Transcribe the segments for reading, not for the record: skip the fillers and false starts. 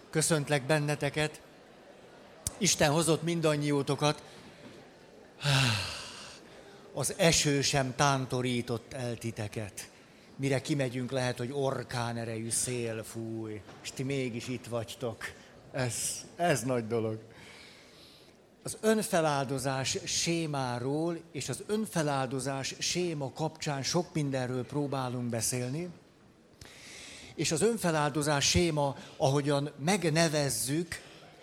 Köszöntlek benneteket. Isten hozott mindannyiótokat. Az eső sem tántorított el titeket. Mire kimegyünk, lehet, hogy orkán erejű szél fúj, és ti mégis itt vagytok. Ez nagy dolog. Az önfeláldozás sémáról és az önfeláldozás séma kapcsán sok mindenről próbálunk beszélni. És az önfeláldozás séma, ahogyan megnevezzük,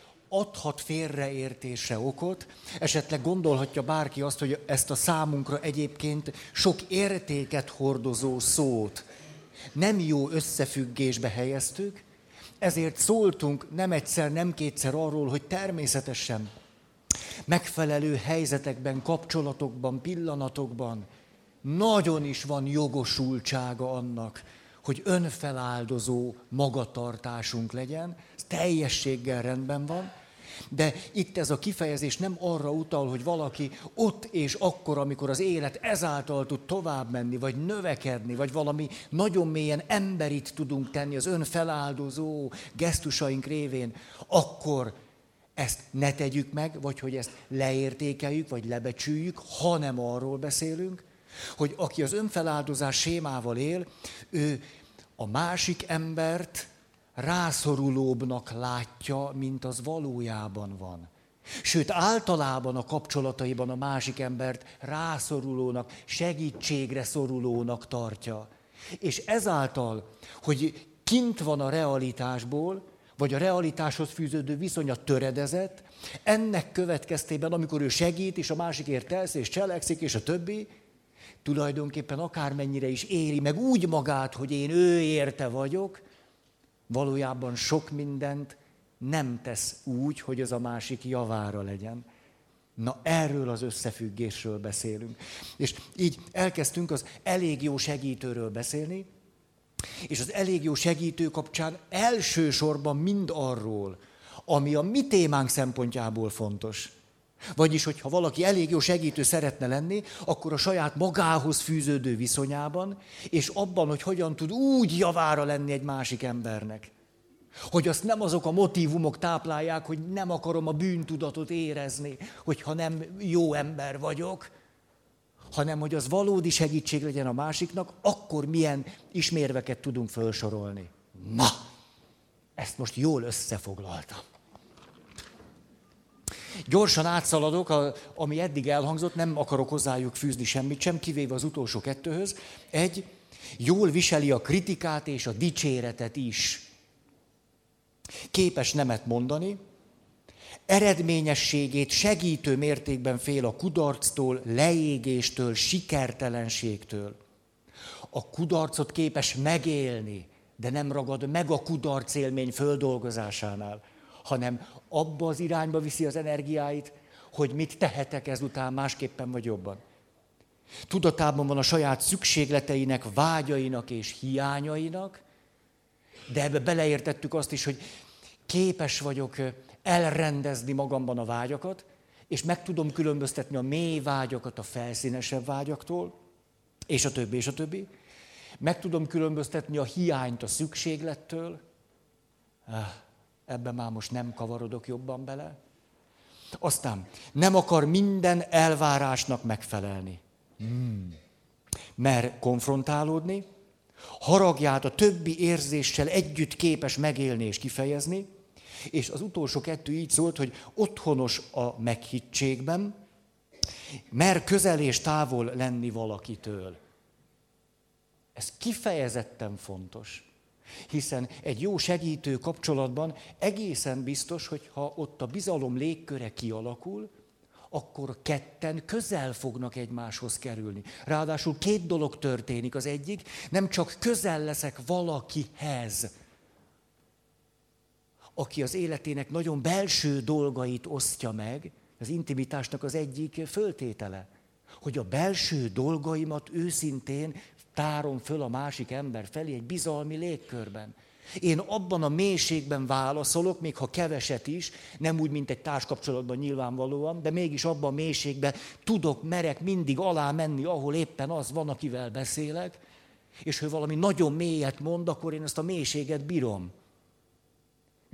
adhat félreértésre okot. Esetleg gondolhatja bárki azt, hogy ezt a számunkra egyébként sok értéket hordozó szót nem jó összefüggésbe helyeztük, ezért szóltunk nem egyszer, nem kétszer arról, hogy természetesen megfelelő helyzetekben, kapcsolatokban, pillanatokban nagyon is van jogosultsága annak, hogy önfeláldozó magatartásunk legyen, ez teljességgel rendben van, de itt ez a kifejezés nem arra utal, hogy valaki ott és akkor, amikor az élet ezáltal tud tovább menni, vagy növekedni, vagy valami nagyon mélyen emberit tudunk tenni az önfeláldozó gesztusaink révén, akkor ezt ne tegyük meg, vagy hogy ezt leértékeljük, vagy lebecsüljük, hanem arról beszélünk, hogy aki az önfeláldozás sémával él, ő a másik embert rászorulóbbnak látja, mint az valójában van. Sőt, általában a kapcsolataiban a másik embert rászorulónak, segítségre szorulónak tartja. És ezáltal, hogy kint van a realitásból, vagy a realitáshoz fűződő viszony a töredezett, ennek következtében, amikor ő segít, és a másikért tesz, és cselekszik, és a többi, tulajdonképpen akármennyire is éri meg úgy magát, hogy én ő érte vagyok, valójában sok mindent nem tesz úgy, hogy az a másik javára legyen. Na, erről az összefüggésről beszélünk. És így elkezdtünk az elég jó segítőről beszélni, és az elég jó segítő kapcsán elsősorban mind arról, ami a mi témánk szempontjából fontos. Vagyis, hogyha valaki elég jó segítő szeretne lenni, akkor a saját magához fűződő viszonyában, és abban, hogy hogyan tud úgy javára lenni egy másik embernek. Hogy azt nem azok a motívumok táplálják, hogy nem akarom a bűntudatot érezni, hogyha nem jó ember vagyok, hanem hogy az valódi segítség legyen a másiknak, akkor milyen ismérveket tudunk felsorolni. Na, ezt most jól összefoglaltam. Gyorsan átszaladok, ami eddig elhangzott, nem akarok hozzájuk fűzni semmit sem, kivéve az utolsó kettőhöz. Jól viseli a kritikát és a dicséretet is. Képes nemet mondani, eredményességét segítő mértékben fél a kudarctól, leégéstől, sikertelenségtől. A kudarcot képes megélni, de nem ragad meg a kudarc élmény földolgozásánál, hanem abba az irányba viszi az energiáit, hogy mit tehetek ezután másképpen vagy jobban. Tudatában van a saját szükségleteinek, vágyainak és hiányainak, de ebbe beleértettük azt is, hogy képes vagyok elrendezni magamban a vágyakat, és meg tudom különböztetni a mély vágyakat a felszínesebb vágyaktól, és a többi, és a többi. Meg tudom különböztetni a hiányt a szükséglettől. Ebben már most nem kavarodok jobban bele. Aztán nem akar minden elvárásnak megfelelni. Mer konfrontálódni, haragját a többi érzéssel együtt képes megélni és kifejezni, és az utolsó kettő így szólt, hogy otthonos a meghittségben, mer közel és távol lenni valakitől. Ez kifejezetten fontos, hiszen egy jó segítő kapcsolatban egészen biztos, hogy ha ott a bizalom légköre kialakul, akkor ketten közel fognak egymáshoz kerülni. Ráadásul két dolog történik. Az egyik, nem csak közel leszek valakihez, aki az életének nagyon belső dolgait osztja meg, az intimitásnak az egyik föltétele, hogy a belső dolgaimat őszintén tárom föl a másik ember felé egy bizalmi légkörben. Én abban a mélységben válaszolok, még ha keveset is, nem úgy, mint egy társkapcsolatban nyilvánvalóan, de mégis abban a mélységben merek mindig alá menni, ahol éppen az van, akivel beszélek, és ha valami nagyon mélyet mond, akkor én ezt a mélységet bírom.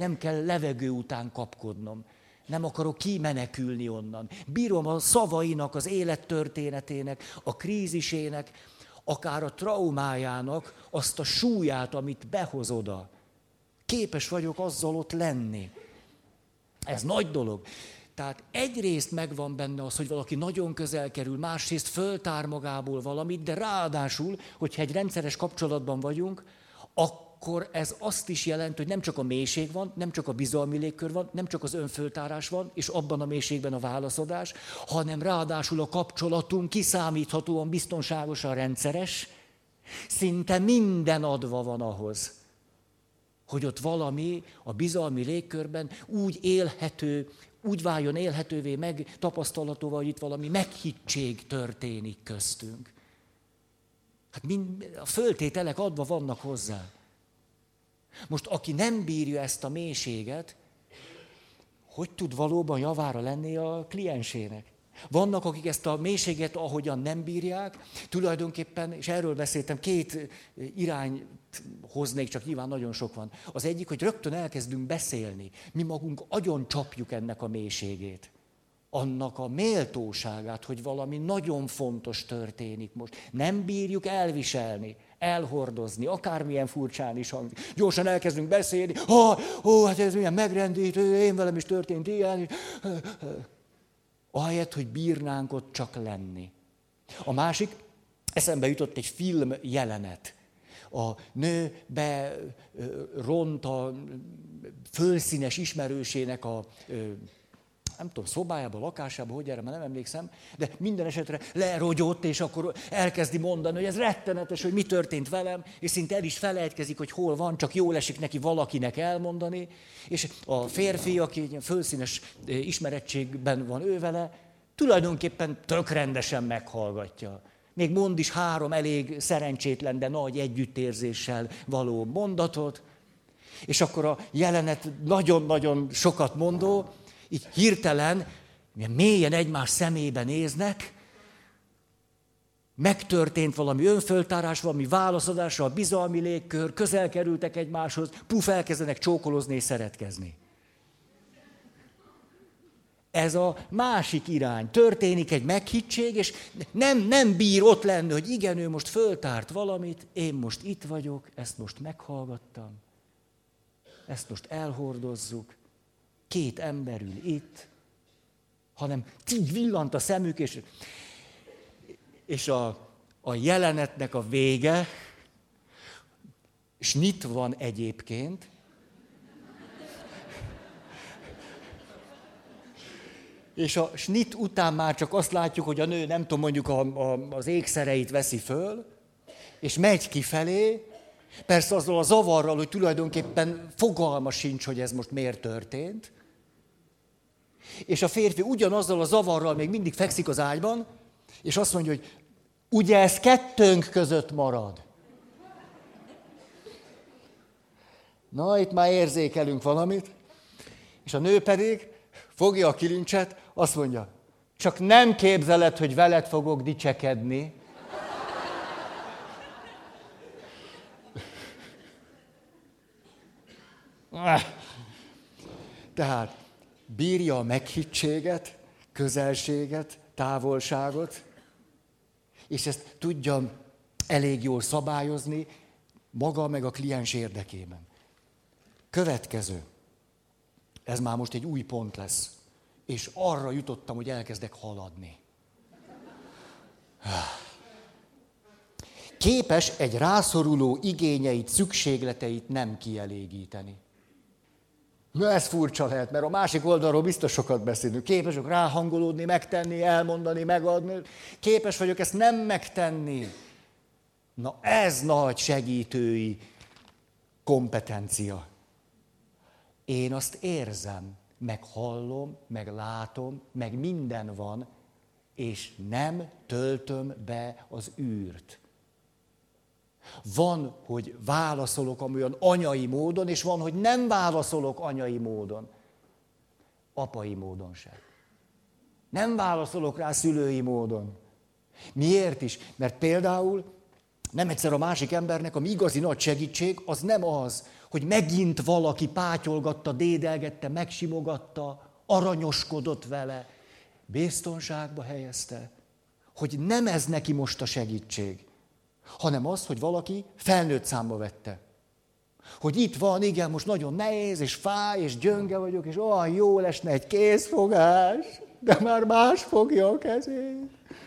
Nem kell levegő után kapkodnom. Nem akarok kimenekülni onnan. Bírom a szavainak, az élettörténetének, a krízisének, akár a traumájának azt a súlyát, amit behoz oda. Képes vagyok azzal ott lenni. Ez nagy dolog. Tehát egyrészt megvan benne az, hogy valaki nagyon közel kerül, másrészt föltár magából valamit, de ráadásul, hogyha egy rendszeres kapcsolatban vagyunk, akkor ez azt is jelent, hogy nem csak a mélység van, nem csak a bizalmi légkör van, nem csak az önföltárás van, és abban a mélységben a válaszadás, hanem ráadásul a kapcsolatunk kiszámíthatóan, biztonságosan rendszeres, szinte minden adva van ahhoz, hogy ott valami a bizalmi légkörben úgy élhető, úgy váljon élhetővé, meg tapasztalatóval, hogy itt valami meghittség történik köztünk. Hát a föltételek adva vannak hozzá. Most aki nem bírja ezt a mélységet, hogy tud valóban javára lenni a kliensének? Vannak, akik ezt a mélységet ahogyan nem bírják, tulajdonképpen, és erről beszéltem, 2 irányt hoznék, csak nyilván nagyon sok van. Az egyik, hogy rögtön elkezdünk beszélni, mi magunk agyon csapjuk ennek a mélységét. Annak a méltóságát, hogy valami nagyon fontos történik most. Nem bírjuk elviselni, elhordozni, akármilyen furcsán is hangzik. Gyorsan elkezdünk beszélni, hát ez milyen megrendítő, én velem is történt ilyen. Ahelyett, hogy bírnánk ott csak lenni. A másik, eszembe jutott egy film jelenet. A nő beront a fölszínes ismerősének a nem tudom, szobájába, lakásába, hogy erre már nem emlékszem, de minden esetre lerogyott, és akkor elkezdi mondani, hogy ez rettenetes, hogy mi történt velem, és szinte el is felejtkezik, hogy hol van, csak jól esik neki valakinek elmondani, és a férfi, aki egy fölszínes ismerettségben van ő vele, tulajdonképpen tök rendesen meghallgatja. Még mond is 3 elég szerencsétlen, de nagy együttérzéssel való mondatot, és akkor a jelenet nagyon-nagyon sokat mondó, így hirtelen, mélyen egymás szemébe néznek, megtörtént valami önföltárás, valami válaszadás, a bizalmi légkör, közel kerültek egymáshoz, elkezdenek csókolozni és szeretkezni. Ez a másik irány. Történik egy meghittség, és nem bír ott lenni, hogy igen, ő most föltárt valamit, én most itt vagyok, ezt most meghallgattam, ezt most elhordozzuk. 2 ember ül itt, hanem így villant a szemük, és a jelenetnek a vége, snit van egyébként, és a snit után már csak azt látjuk, hogy a nő, nem tudom, mondjuk az ékszereit veszi föl, és megy kifelé, persze azzal a zavarral, hogy tulajdonképpen fogalma sincs, hogy ez most miért történt, és a férfi ugyanazzal a zavarral még mindig fekszik az ágyban, és azt mondja, hogy ugye ez 2 között marad. Na, itt már érzékelünk valamit, és a nő pedig fogja a kilincset, azt mondja, csak nem képzeled, hogy veled fogok dicsekedni. Tehát bírja a meghittséget, közelséget, távolságot, és ezt tudja elég jól szabályozni maga meg a kliens érdekében. Következő. Ez már most egy új pont lesz. És arra jutottam, hogy elkezdek haladni. Képes egy rászoruló igényeit, szükségleteit nem kielégíteni. Na ez furcsa lehet, mert a másik oldalról biztos sokat beszélünk. Képes vagyok ráhangolódni, megtenni, elmondani, megadni. Képes vagyok ezt nem megtenni. Na ez nagy segítői kompetencia. Én azt érzem, meg hallom, meg látom, meg minden van, és nem töltöm be az űrt. Van, hogy válaszolok olyan anyai módon, és van, hogy nem válaszolok anyai módon. Apai módon sem. Nem válaszolok rá szülői módon. Miért is? Mert például nem egyszer a másik embernek, ami igazi nagy segítség, az nem az, hogy megint valaki pátyolgatta, dédelgette, megsimogatta, aranyoskodott vele, biztonságba helyezte, hogy nem ez neki most a segítség, hanem az, hogy valaki felnőtt számba vette. Hogy itt van, igen, most nagyon nehéz, és fáj, és gyönge vagyok, és olyan jól esne egy kézfogás, de már más fogja a kezét.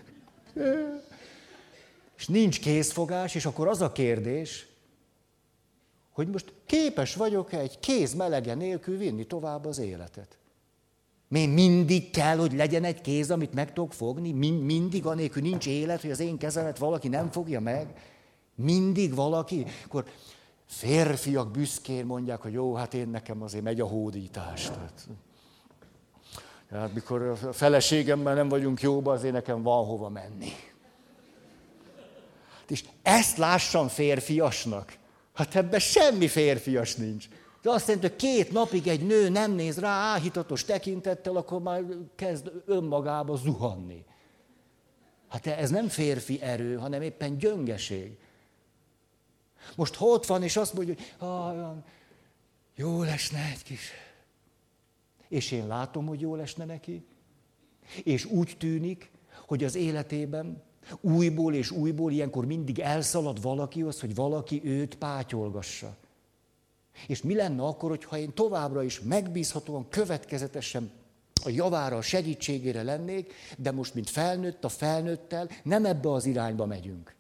És nincs kézfogás, és akkor az a kérdés, hogy most képes vagyok-e egy kéz melege nélkül vinni tovább az életet. Még mindig kell, hogy legyen egy kéz, amit meg tudok fogni, mindig anélkül nincs élet, hogy az én kezemet valaki nem fogja meg. Mindig valaki. Akkor férfiak büszkén mondják, hogy jó, hát én nekem azért megy a hódítás. Tehát mikor a feleségemmel nem vagyunk jóban, azért nekem van hova menni. És ezt lássam férfiasnak. Hát ebben semmi férfias nincs. De azt jelenti, hogy 2 napig egy nő nem néz rá áhítatos tekintettel, akkor már kezd önmagába zuhanni. Hát ez nem férfi erő, hanem éppen gyöngeség. Most ha ott van, és azt mondja, hogy jó lesne egy kis. És én látom, hogy jó lesne neki. És úgy tűnik, hogy az életében újból és újból ilyenkor mindig elszalad valakihoz, hogy valaki őt pátyolgassa. És mi lenne akkor, hogyha én továbbra is megbízhatóan, következetesen a javára, a segítségére lennék, de most, mint felnőtt, a felnőttel nem ebbe az irányba megyünk.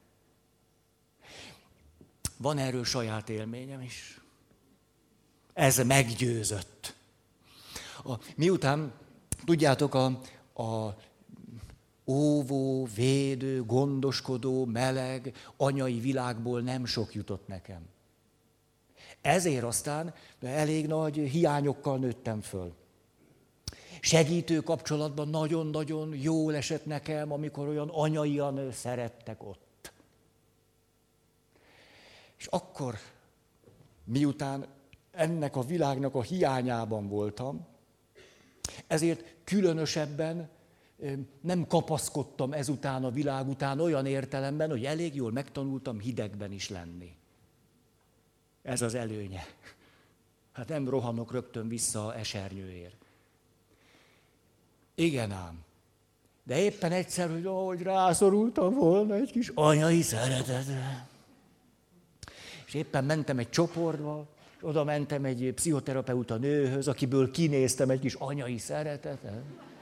Van erről saját élményem is. Ez meggyőzött. Miután, tudjátok, a óvó, védő, gondoskodó, meleg, anyai világból nem sok jutott nekem. Ezért aztán elég nagy hiányokkal nőttem föl. Segítő kapcsolatban nagyon-nagyon jól esett nekem, amikor olyan anyaian szerettek ott. És akkor, miután ennek a világnak a hiányában voltam, ezért különösebben nem kapaszkodtam ezután a világ után olyan értelemben, hogy elég jól megtanultam hidegben is lenni. Ez az előnye. Hát nem rohanok rögtön vissza esernyőért. Igen ám. De éppen egyszer, hogy ahogy rászorultam volna egy kis anyai szeretetre. És éppen mentem egy csoportba, és oda mentem egy pszichoterapeuta nőhöz, akiből kinéztem egy kis anyai szeretetet.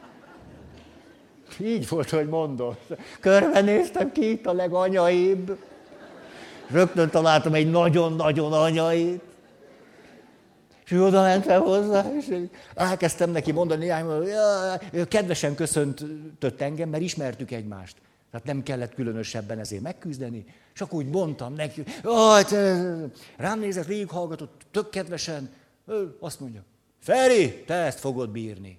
Így volt, hogy mondott. Körbenéztem ki itt a leganyaibb. Rögtön találtam egy nagyon-nagyon anyait. És oda mentem hozzá, és elkezdtem neki mondani, hogy kedvesen köszöntött engem, mert ismertük egymást. Tehát nem kellett különösebben ezért megküzdeni. És akkor úgy mondtam neki, rám nézett, végighallgatott, tök kedvesen. Azt mondja, Feri, te ezt fogod bírni.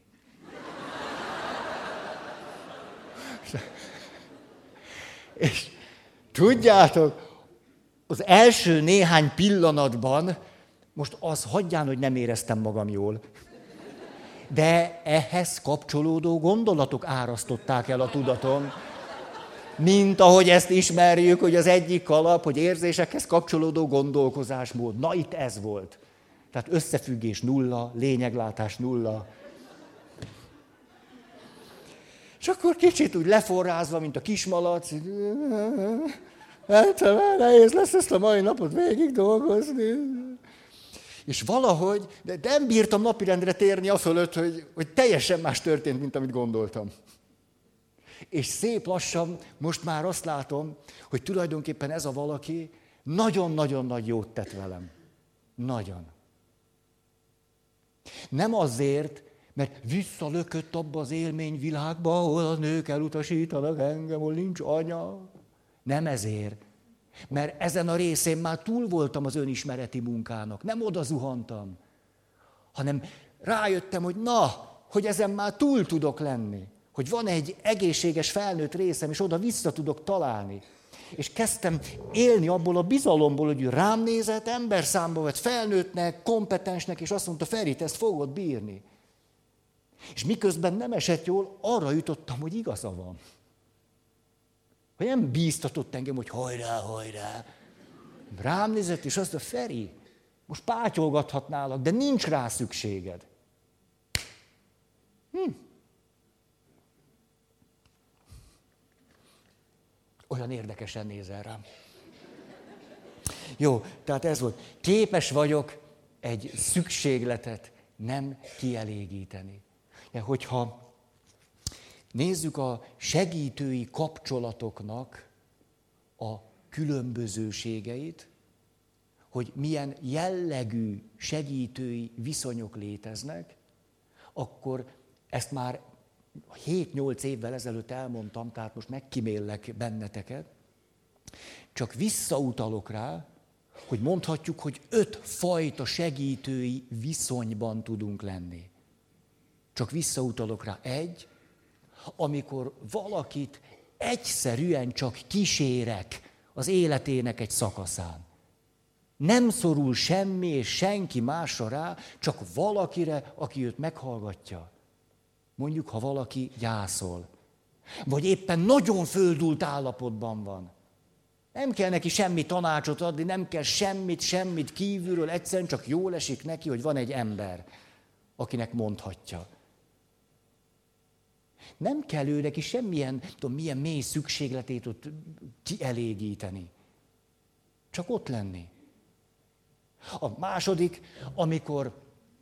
És tudjátok, az első néhány pillanatban, most az hagyján, hogy nem éreztem magam jól, de ehhez kapcsolódó gondolatok árasztották el a tudatom, mint ahogy ezt ismerjük, hogy az egyik kalap, hogy érzésekhez kapcsolódó gondolkozásmód. Na itt ez volt. Tehát összefüggés nulla, lényeglátás nulla. És akkor kicsit úgy leforrázva, mint a kismalac, hát nehéz lesz ezt a mai napot végig dolgozni. És valahogy, de nem bírtam napirendre térni afölött, hogy teljesen más történt, mint amit gondoltam. És szép lassan most már azt látom, hogy tulajdonképpen ez a valaki nagyon-nagyon nagy jót tett velem. Nagyon. Nem azért, mert visszalökött abba az élményvilágba, ahol a nők elutasítanak engem, ahol nincs anya. Nem ezért. Mert ezen a részén már túl voltam az önismereti munkának. Nem oda zuhantam. Hanem rájöttem, hogy hogy ezen már túl tudok lenni. Hogy van egy egészséges felnőtt részem, és oda vissza tudok találni. És kezdtem élni abból a bizalomból, hogy ő rám nézett, ember számba vett, felnőttnek, kompetensnek, és azt mondta, Feri, te ezt fogod bírni. És miközben nem esett jól, arra jutottam, hogy igaza van. Hogy nem bíztatott engem, hogy hajrá, hajrá. Rám nézett, és azt mondta, Feri, Most pátyolgathatnálak, de nincs rá szükséged. Olyan érdekesen nézel rám. Jó, tehát ez volt. Képes vagyok egy szükségletet nem kielégíteni. Hogyha nézzük a segítői kapcsolatoknak a különbözőségeit, hogy milyen jellegű segítői viszonyok léteznek, akkor ezt már 7-8 évvel ezelőtt elmondtam, tehát most megkíméllek benneteket, csak visszautalok rá, hogy mondhatjuk, hogy 5 fajta segítői viszonyban tudunk lenni. Csak visszautalok rá. 1, amikor valakit egyszerűen csak kísérek az életének egy szakaszán. Nem szorul semmi és senki másra rá, csak valakire, aki őt meghallgatja. Mondjuk, ha valaki gyászol, vagy éppen nagyon földult állapotban van. Nem kell neki semmi tanácsot adni, nem kell semmit kívülről, egyszerűen csak jól esik neki, hogy van egy ember, akinek mondhatja. Nem kell ő neki semmilyen, milyen mély szükségletét ott kielégíteni. Csak ott lenni. A második, amikor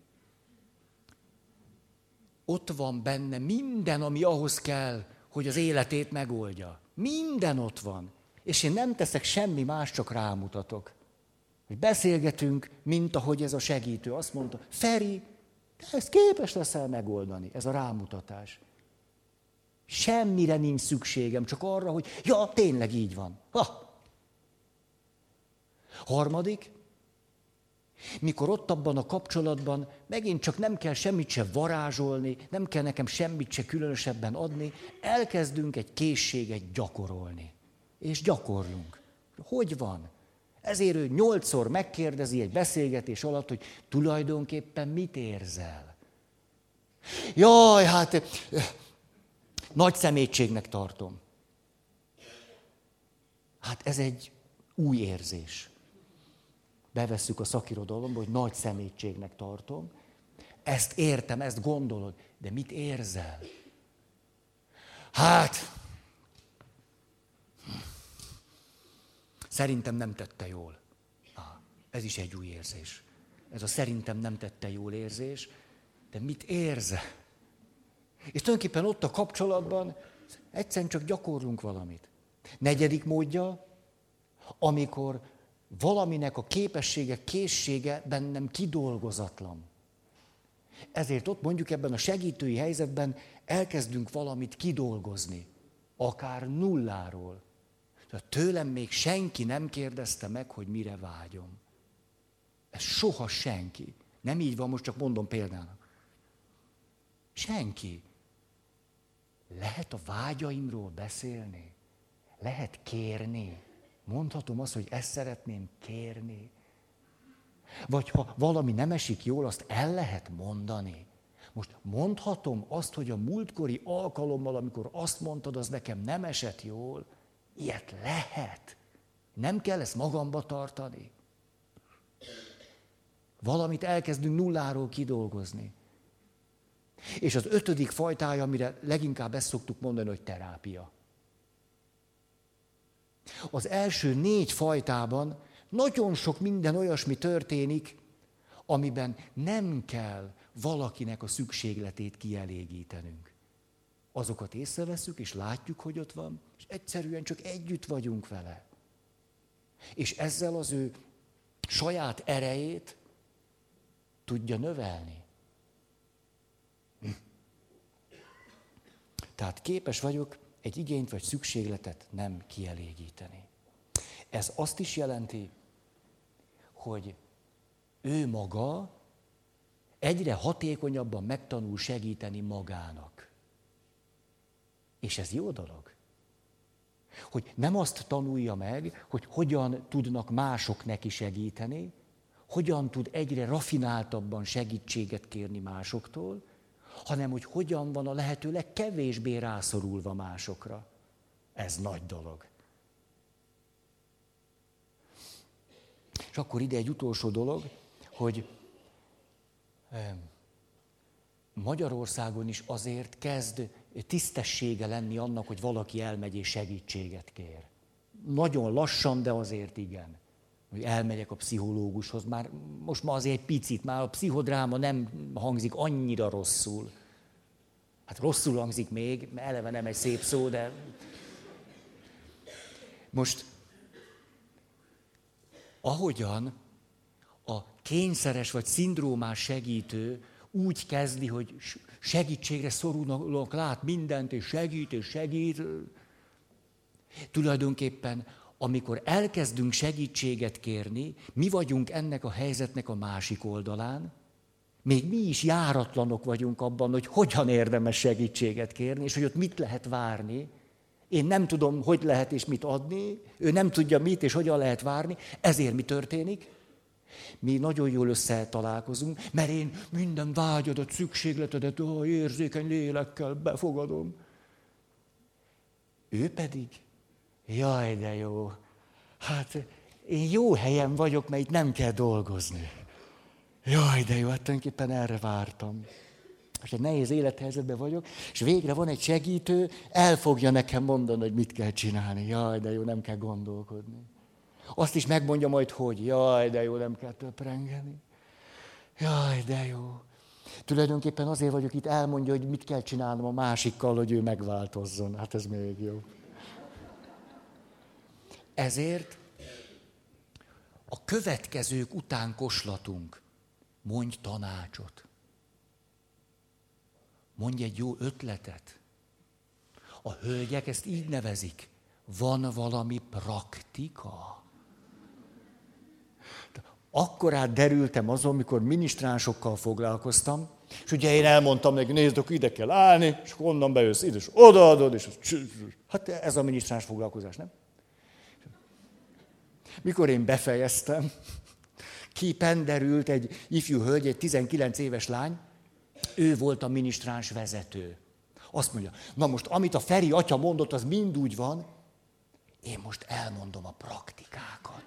ott van benne minden, ami ahhoz kell, hogy az életét megoldja. Minden ott van. És én nem teszek semmi más, csak rámutatok. Hogy beszélgetünk, mint ahogy ez a segítő azt mondta, Feri, te ezt képes leszel megoldani, ez a rámutatás. Semmire nincs szükségem, csak arra, hogy ja, tényleg így van. Harmadik, mikor ott abban a kapcsolatban megint csak nem kell semmit se varázsolni, nem kell nekem semmit se különösebben adni, elkezdünk egy készséget gyakorolni. És gyakorlunk. Hogy van? Ezért ő 8-szor megkérdezi egy beszélgetés alatt, hogy tulajdonképpen mit érzel. Jaj, hát nagy szemétségnek tartom. Hát ez egy új érzés. Bevesszük a szakirodalomba, hogy nagy szemétségnek tartom. Ezt értem, ezt gondolod, de mit érzel? Hát, szerintem nem tette jól. Ez is egy új érzés. Ez a szerintem nem tette jól érzés, de mit érzel? És tulajdonképpen ott a kapcsolatban egyszerűen csak gyakorlunk valamit. 4. módja, amikor valaminek a képessége, készsége bennem kidolgozatlan. Ezért ott mondjuk ebben a segítői helyzetben elkezdünk valamit kidolgozni. Akár nulláról. Tehát tőlem még senki nem kérdezte meg, hogy mire vágyom. Ez soha senki. Nem így van, most csak mondom példának. Senki. Lehet a vágyaimról beszélni? Lehet kérni? Mondhatom azt, hogy ezt szeretném kérni? Vagy ha valami nem esik jól, azt el lehet mondani? Most mondhatom azt, hogy a múltkori alkalommal, amikor azt mondtad, az nekem nem esett jól? Ilyet lehet. Nem kell ezt magamba tartani. Valamit elkezdünk nulláról kidolgozni. És az 5. fajtája, amire leginkább ezt szoktuk mondani, hogy terápia. Az első 4 fajtában nagyon sok minden olyasmi történik, amiben nem kell valakinek a szükségletét kielégítenünk. Azokat észreveszünk, és látjuk, hogy ott van, és egyszerűen csak együtt vagyunk vele. És ezzel az ő saját erejét tudja növelni. Tehát képes vagyok egy igényt vagy szükségletet nem kielégíteni. Ez azt is jelenti, hogy ő maga egyre hatékonyabban megtanul segíteni magának. És ez jó dolog. Hogy nem azt tanulja meg, hogy hogyan tudnak mások neki segíteni, hogyan tud egyre rafináltabban segítséget kérni másoktól, hanem hogy hogyan van a lehető legkevésbé rászorulva másokra. Ez nagy dolog. És akkor ide egy utolsó dolog, hogy Magyarországon is azért kezd tisztessége lenni annak, hogy valaki elmegy és segítséget kér. Nagyon lassan, de azért igen. Hogy elmegyek a pszichológushoz, már most már azért egy picit, már a pszichodráma nem hangzik annyira rosszul. Hát rosszul hangzik még, mert eleve nem egy szép szó, de... Most, ahogyan a kényszeres vagy szindrómás segítő úgy kezdi, hogy segítségre szorulnak, lát mindent, és segít. Tulajdonképpen, amikor elkezdünk segítséget kérni, mi vagyunk ennek a helyzetnek a másik oldalán, még mi is járatlanok vagyunk abban, hogy hogyan érdemes segítséget kérni, és hogy ott mit lehet várni. Én nem tudom, hogy lehet és mit adni, ő nem tudja mit és hogyan lehet várni, ezért mi történik? Mi nagyon jól összetalálkozunk, mert én minden vágyadat, szükségletedet, érzékeny lélekkel befogadom. Ő pedig, jaj, de jó, hát én jó helyen vagyok, mert itt nem kell dolgozni. Jaj, de jó, hát tulajdonképpen erre vártam. És egy nehéz élethelyzetben vagyok, és végre van egy segítő, el fogja nekem mondani, hogy mit kell csinálni. Jaj, de jó, nem kell gondolkodni. Azt is megmondja majd, hogy jaj, de jó, nem kell töprengeni. Jaj, de jó. Tulajdonképpen azért vagyok itt, elmondja, hogy mit kell csinálnom a másikkal, hogy ő megváltozzon. Hát ez még jó. Ezért a következők után koslatunk. Mondj tanácsot. Mondj egy jó ötletet. A hölgyek ezt így nevezik. Van valami praktika? Akkorát derültem azon, mikor minisztránsokkal foglalkoztam, és ugye én elmondtam neki, nézd, akkor ide kell állni, és honnan bejössz, ide, és odaadod, és hát ez a minisztráns foglalkozás, nem? Mikor én befejeztem, kipenderült egy ifjú hölgy, egy 19 éves lány, ő volt a minisztráns vezető. Azt mondja, na most, amit a Feri atya mondott, az mind úgy van, én most elmondom a praktikákat.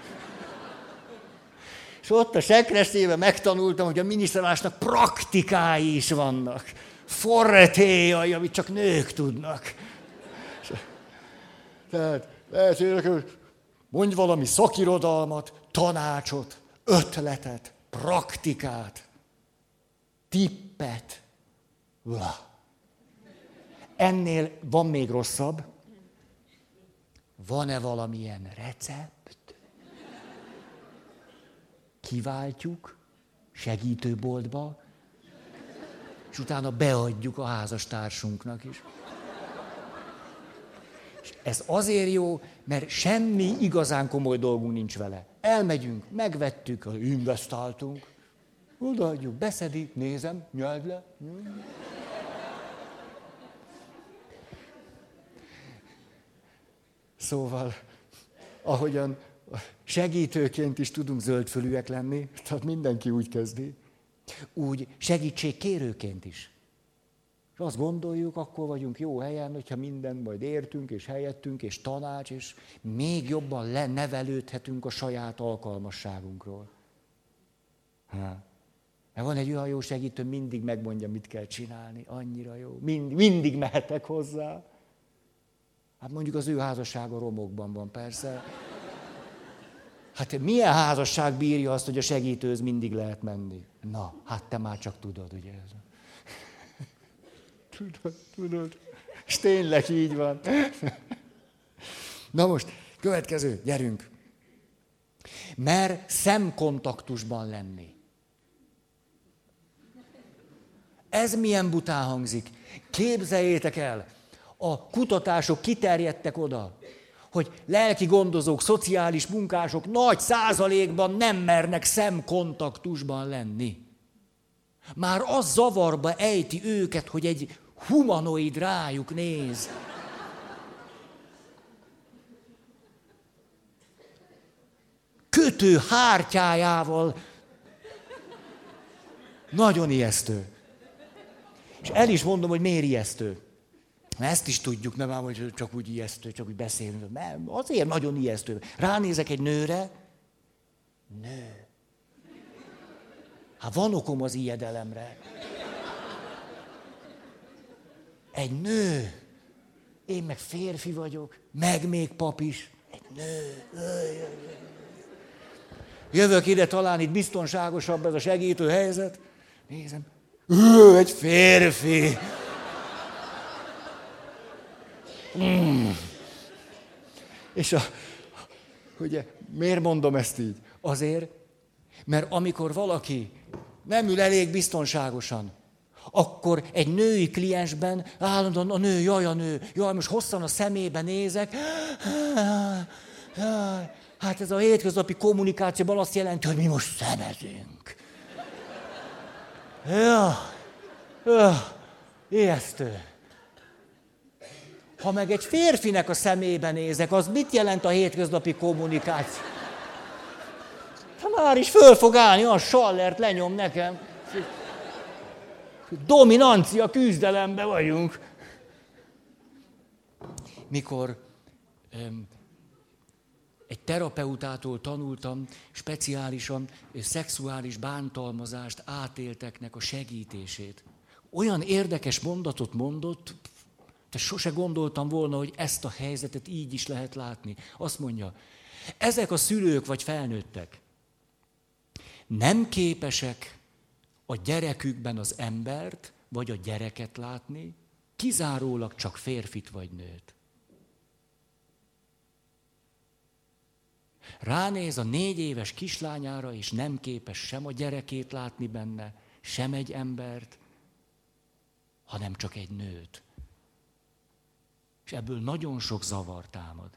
És ott a sekrestében megtanultam, hogy a minisztrálásnak praktikái is vannak. Forretéjai, amit csak nők tudnak. Tehát mondj valami szakirodalmat, tanácsot, ötletet, praktikát, tippet. Ennél van még rosszabb. Van-e valamilyen recept? Kiváltjuk segítőboltba, és utána beadjuk a házastársunknak is. És ez azért jó, mert semmi igazán komoly dolgunk nincs vele. Elmegyünk, megvettük, investáltunk, odaadjuk, beszedi, nézem, nyeld le. Szóval, ahogyan segítőként is tudunk zöldfölűek lenni, tehát mindenki úgy kezdi, úgy segítségkérőként is. És azt gondoljuk, akkor vagyunk jó helyen, hogyha mindent majd értünk, és helyettünk, és tanács, és még jobban lenevelődhetünk a saját alkalmasságunkról. Mert van egy olyan jó segítő, mindig megmondja, mit kell csinálni. Annyira jó. Mindig mehetek hozzá. Hát mondjuk az ő házassága romokban van, persze. Hát milyen házasság bírja azt, hogy a segítőhöz mindig lehet menni? Na, hát te már csak tudod, ugye? Tudod. És tényleg így van. Na most, következő, gyerünk. Mer szemkontaktusban lenni. Ez milyen bután hangzik. Képzeljétek el, a kutatások kiterjedtek oda, hogy lelki gondozók, szociális munkások nagy százalékban nem mernek szemkontaktusban lenni. Már az zavarba ejti őket, hogy egy humanoid rájuk néz. Kötő hártyájával. Nagyon ijesztő. És el is mondom, hogy miért ijesztő. Mert ezt is tudjuk, nem ám, hogy csak úgy ijesztő, csak úgy beszélünk. Nem, azért nagyon ijesztő. Ránézek egy nőre, nő. Hát van okom az ijedelemre. Egy nő, én meg férfi vagyok, meg még pap is. Egy nő. Jövök ide, talán itt biztonságosabb ez a segítő helyzet. Nézem, egy férfi. És ugye, miért mondom ezt így? Azért, mert amikor valaki nem ül elég biztonságosan, akkor egy női kliensben állandóan a nő, jaj, most hosszan a szemébe nézek. Hát ez a hétköznapi kommunikációban azt jelenti, hogy mi most szemezünk. Ijesztő. Ha meg egy férfinek a szemébe nézek, az mit jelent a hétköznapi kommunikáció? Ha már is föl fog állni, a sallert lenyom nekem. Dominancia küzdelemben vagyunk. Mikor egy terapeutától tanultam speciálisan szexuális bántalmazást átélteknek a segítését. Olyan érdekes mondatot mondott, de sose gondoltam volna, hogy ezt a helyzetet így is lehet látni. Azt mondja, ezek a szülők vagy felnőttek nem képesek a gyerekükben az embert, vagy a gyereket látni, kizárólag csak férfit vagy nőt. Ránéz a 4 éves kislányára, és nem képes sem a gyerekét látni benne, sem egy embert, hanem csak egy nőt. És ebből nagyon sok zavar támad.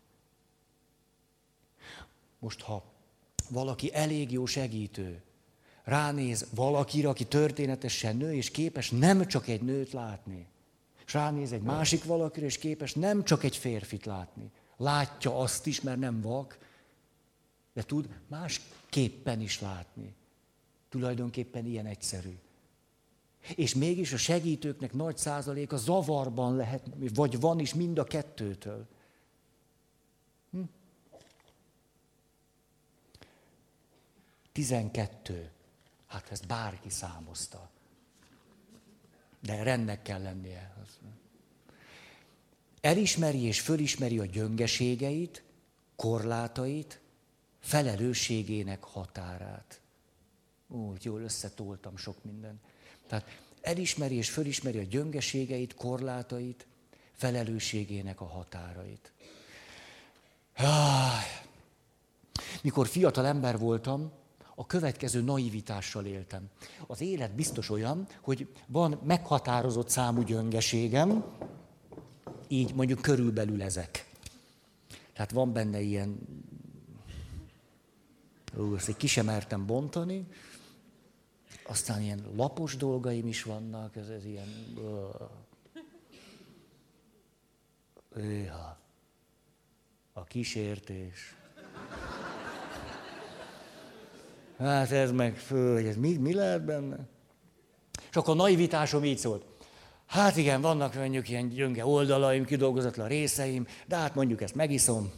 Most, ha valaki elég jó segítő, ránéz valakire, aki történetesen nő, és képes nem csak egy nőt látni, és ránéz egy másik valakire, és képes nem csak egy férfit látni. Látja azt is, mert nem vak, de tud másképpen is látni. Tulajdonképpen ilyen egyszerű. És mégis a segítőknek nagy százaléka zavarban lehet, vagy van is mind a kettőtől. 12. Hát ezt bárki számozta. De rendnek kell lennie. Elismeri és fölismeri a gyöngeségeit, korlátait, felelősségének határát. Ó, jól összetoltam sok mindent. Tehát elismeri és fölismeri a gyöngeségeit, korlátait, felelősségének a határait. Mikor fiatal ember voltam, a következő naivitással éltem. Az élet biztos olyan, hogy van meghatározott számú gyöngeségem, így mondjuk körülbelül ezek. Tehát van benne ilyen, ezt ki sem mertem bontani, aztán ilyen lapos dolgaim is vannak, ez ilyen... A kísértés. Hát ez meg föl, hogy ez mi lehet benne? És akkor a naivitásom így szólt. Hát igen, vannak mondjuk ilyen gyönge oldalaim, kidolgozatlan részeim, de hát mondjuk ezt megiszom.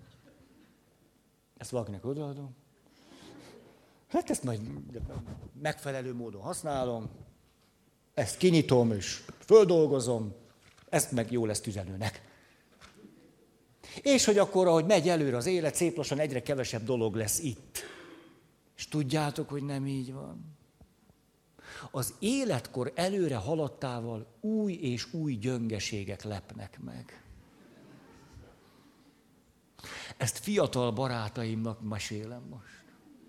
Ezt valakinek odaadom. Hát ezt majd megfelelő módon használom. Ezt kinyitom és földolgozom. Ezt meg jó lesz tüzelőnek. És hogy akkor, ahogy megy előre az élet, szép lassan egyre kevesebb dolog lesz itt. És tudjátok, hogy nem így van. Az életkor előre haladtával új és új gyöngeségek lepnek meg. Ezt fiatal barátaimnak mesélem most.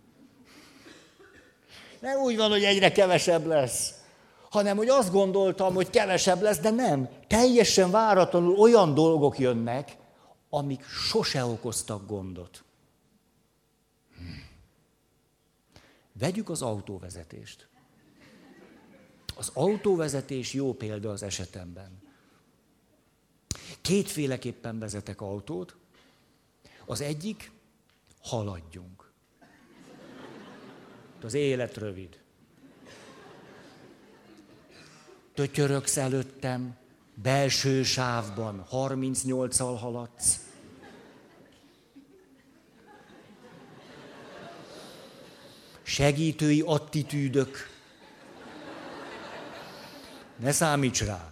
Nem úgy van, hogy egyre kevesebb lesz, hanem hogy azt gondoltam, hogy kevesebb lesz, de nem. Teljesen váratlanul olyan dolgok jönnek, amik sose okoztak gondot. Vegyük az autóvezetést. Az autóvezetés jó példa az esetemben. Kétféleképpen vezetek autót. Az egyik, haladjunk. Az élet rövid. Tötyöröksz előttem, belső sávban 38-al haladsz. Segítői attitűdök Ne számíts rá.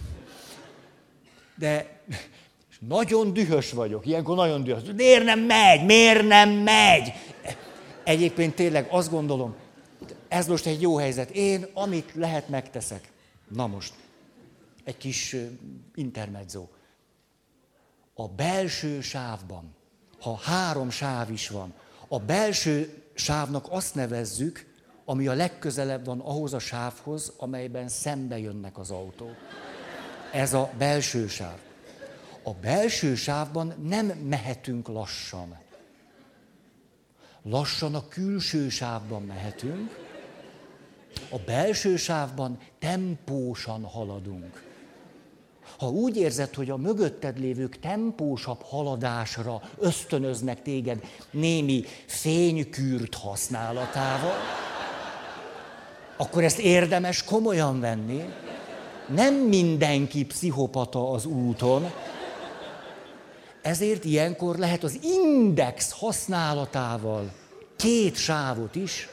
De nagyon dühös vagyok, ilyenkor nagyon dühös. Miért nem megy? Miért nem megy? Egyébként tényleg azt gondolom, ez most egy jó helyzet. Én, amit lehet, megteszek. Na most, egy kis intermezzo. A belső sávban, ha 3 sáv is van, a belső sávnak azt nevezzük, ami a legközelebb van ahhoz a sávhoz, amelyben szembe jönnek az autók. Ez a belső sáv. A belső sávban nem mehetünk lassan. Lassan a külső sávban mehetünk, a belső sávban tempósan haladunk. Ha úgy érzed, hogy a mögötted lévők tempósabb haladásra ösztönöznek téged némi fénykürt használatával, akkor ezt érdemes komolyan venni. Nem mindenki pszichopata az úton, ezért ilyenkor lehet az index használatával 2 sávot is,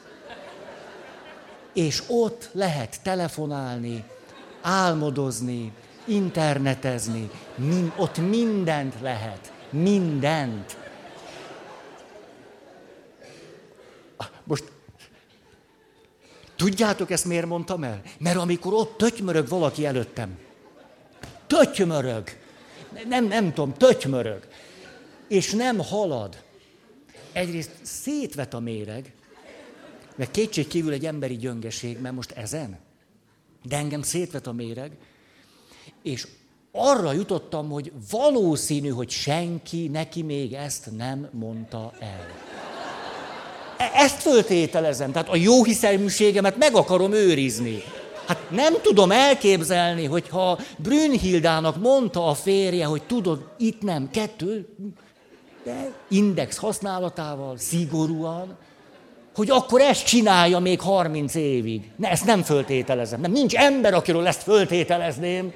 és ott lehet telefonálni, álmodozni, internetezni, ott mindent lehet, mindent. Most tudjátok, ezt miért mondtam el? Mert amikor ott tötymörög valaki előttem, nem tudom, tötymörög, és nem halad. Egyrészt szétvet a méreg, mert kétségkívül egy emberi gyöngeség, mert most ezen, de engem szétvet a méreg, és arra jutottam, hogy valószínű, hogy senki neki még ezt nem mondta el. Ezt föltételezem, tehát a jó hiszeműségemet meg akarom őrizni. Hát nem tudom elképzelni, hogyha Brünnhildának mondta a férje, hogy tudod, itt nem, 2, de index használatával, szigorúan, hogy akkor ezt csinálja még 30 évig. Ne, ezt nem föltételezem. Nem, nincs ember, akiről ezt föltételezném.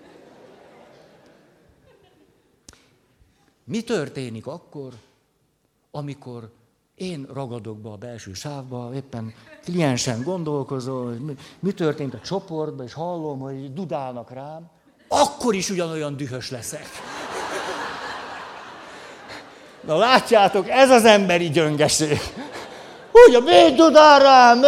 Mi történik akkor, amikor én ragadok be a belső sávba, éppen kliensen gondolkozom, hogy mi történt a csoportban, és hallom, hogy dudálnak rám, akkor is ugyanolyan dühös leszek. Na látjátok, ez az emberi gyöngeség. Ugye, miért dudál rám?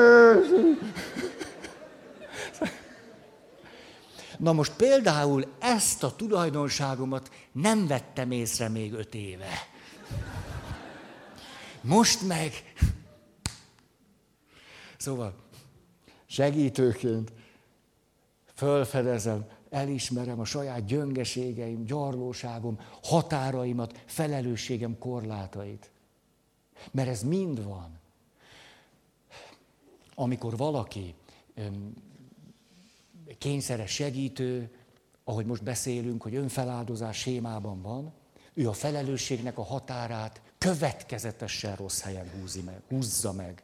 Na most például ezt a tulajdonságomat nem vettem észre még 5 éve. Most meg... Szóval segítőként fölfedezem, elismerem a saját gyöngeségeim, gyarlóságom, határaimat, felelősségem korlátait. Mert ez mind van. Amikor valaki kényszeres segítő, ahogy most beszélünk, hogy önfeláldozás sémában van, ő a felelősségnek a határát következetesen rossz helyen húzza meg.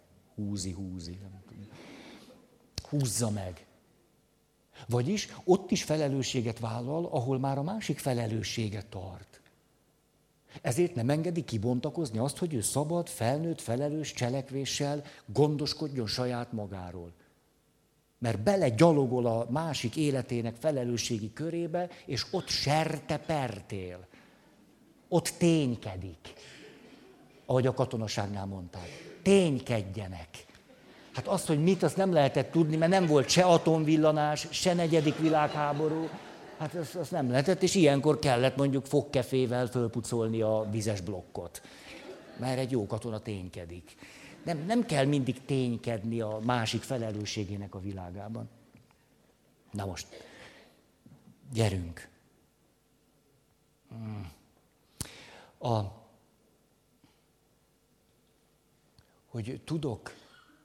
Húzza meg. Vagyis ott is felelősséget vállal, ahol már a másik felelősséget tart. Ezért nem engedi kibontakozni azt, hogy ő szabad, felnőtt, felelős cselekvéssel gondoskodjon saját magáról. Mert belegyalogol a másik életének felelősségi körébe, és ott serte-pertél. Ott ténykedik. Ahogy a katonaságnál mondták. Ténykedjenek. Hát azt, hogy mit, azt nem lehetett tudni, mert nem volt se atomvillanás, se 4. világháború. Hát azt nem lehetett, és ilyenkor kellett mondjuk fogkefével fölpucolni a vizes blokkot. Mert egy jó katona ténykedik. Nem kell mindig ténykedni a másik felelősségének a világában. Na most, gyerünk. Hogy tudok,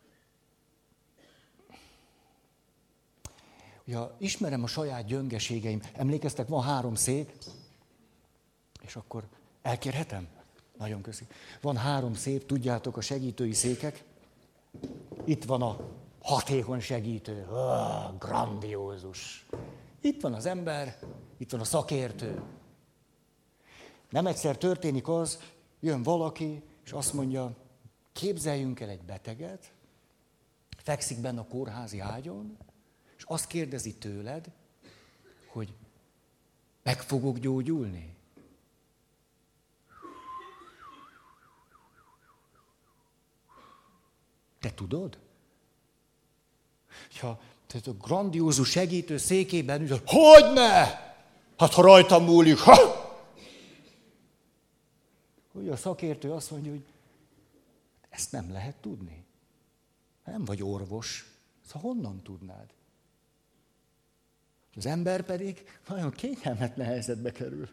ja, ismerem a saját gyöngeségeim. Emlékeztek, van 3 szék, és akkor elkérhetem? Nagyon köszi. Van 3 szék, tudjátok, a segítői székek. Itt van a hatékony segítő, grandiózus. Itt van az ember, itt van a szakértő. Nem egyszer történik az, jön valaki, és azt mondja, képzeljünk el egy beteget, fekszik benne a kórházi ágyon, és azt kérdezi tőled, hogy meg fogok gyógyulni? Te tudod? Ha tehát a grandiózus segítő székében ül, hogyne? Hát ha rajtam múlik, ha! Hogy a szakértő azt mondja, hogy ezt nem lehet tudni. Nem vagy orvos, szóval honnan tudnád? Az ember pedig nagyon kényelmetlen helyzetbe kerül.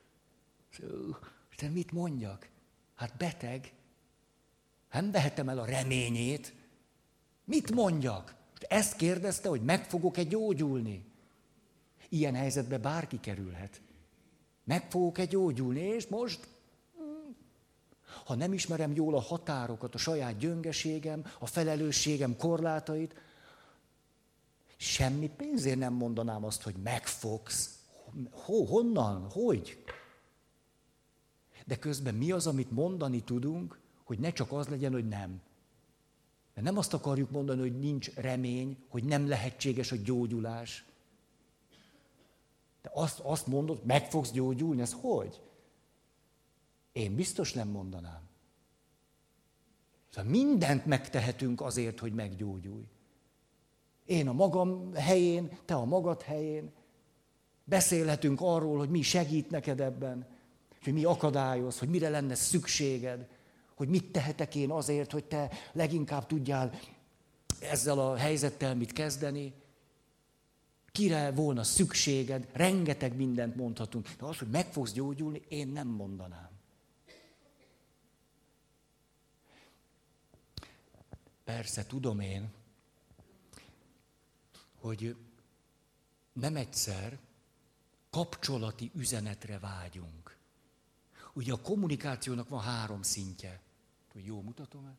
De mit mondjak? Hát beteg. Nem vehetem el a reményét. Mit mondjak? Ezt kérdezte, hogy meg fogok-e gyógyulni. Ilyen helyzetbe bárki kerülhet. Meg fogok-e gyógyulni, és most... Ha nem ismerem jól a határokat, a saját gyöngeségem, a felelősségem korlátait, semmi pénzért nem mondanám azt, hogy megfogsz. Honnan? Hogy? De közben mi az, amit mondani tudunk, hogy ne csak az legyen, hogy nem. De nem azt akarjuk mondani, hogy nincs remény, hogy nem lehetséges a gyógyulás. De azt mondod, meg fogsz gyógyulni, ez hogy? Én biztos nem mondanám. Szóval mindent megtehetünk azért, hogy meggyógyulj. Én a magam helyén, te a magad helyén. Beszélhetünk arról, hogy mi segít neked ebben, hogy mi akadályoz, hogy mire lenne szükséged, hogy mit tehetek én azért, hogy te leginkább tudjál ezzel a helyzettel mit kezdeni, kire volna szükséged, rengeteg mindent mondhatunk. De az, hogy meg fogsz gyógyulni, én nem mondanám. Persze, tudom én, hogy nem egyszer kapcsolati üzenetre vágyunk. Ugye a kommunikációnak van 3 szintje. Hogy jól mutatom-e?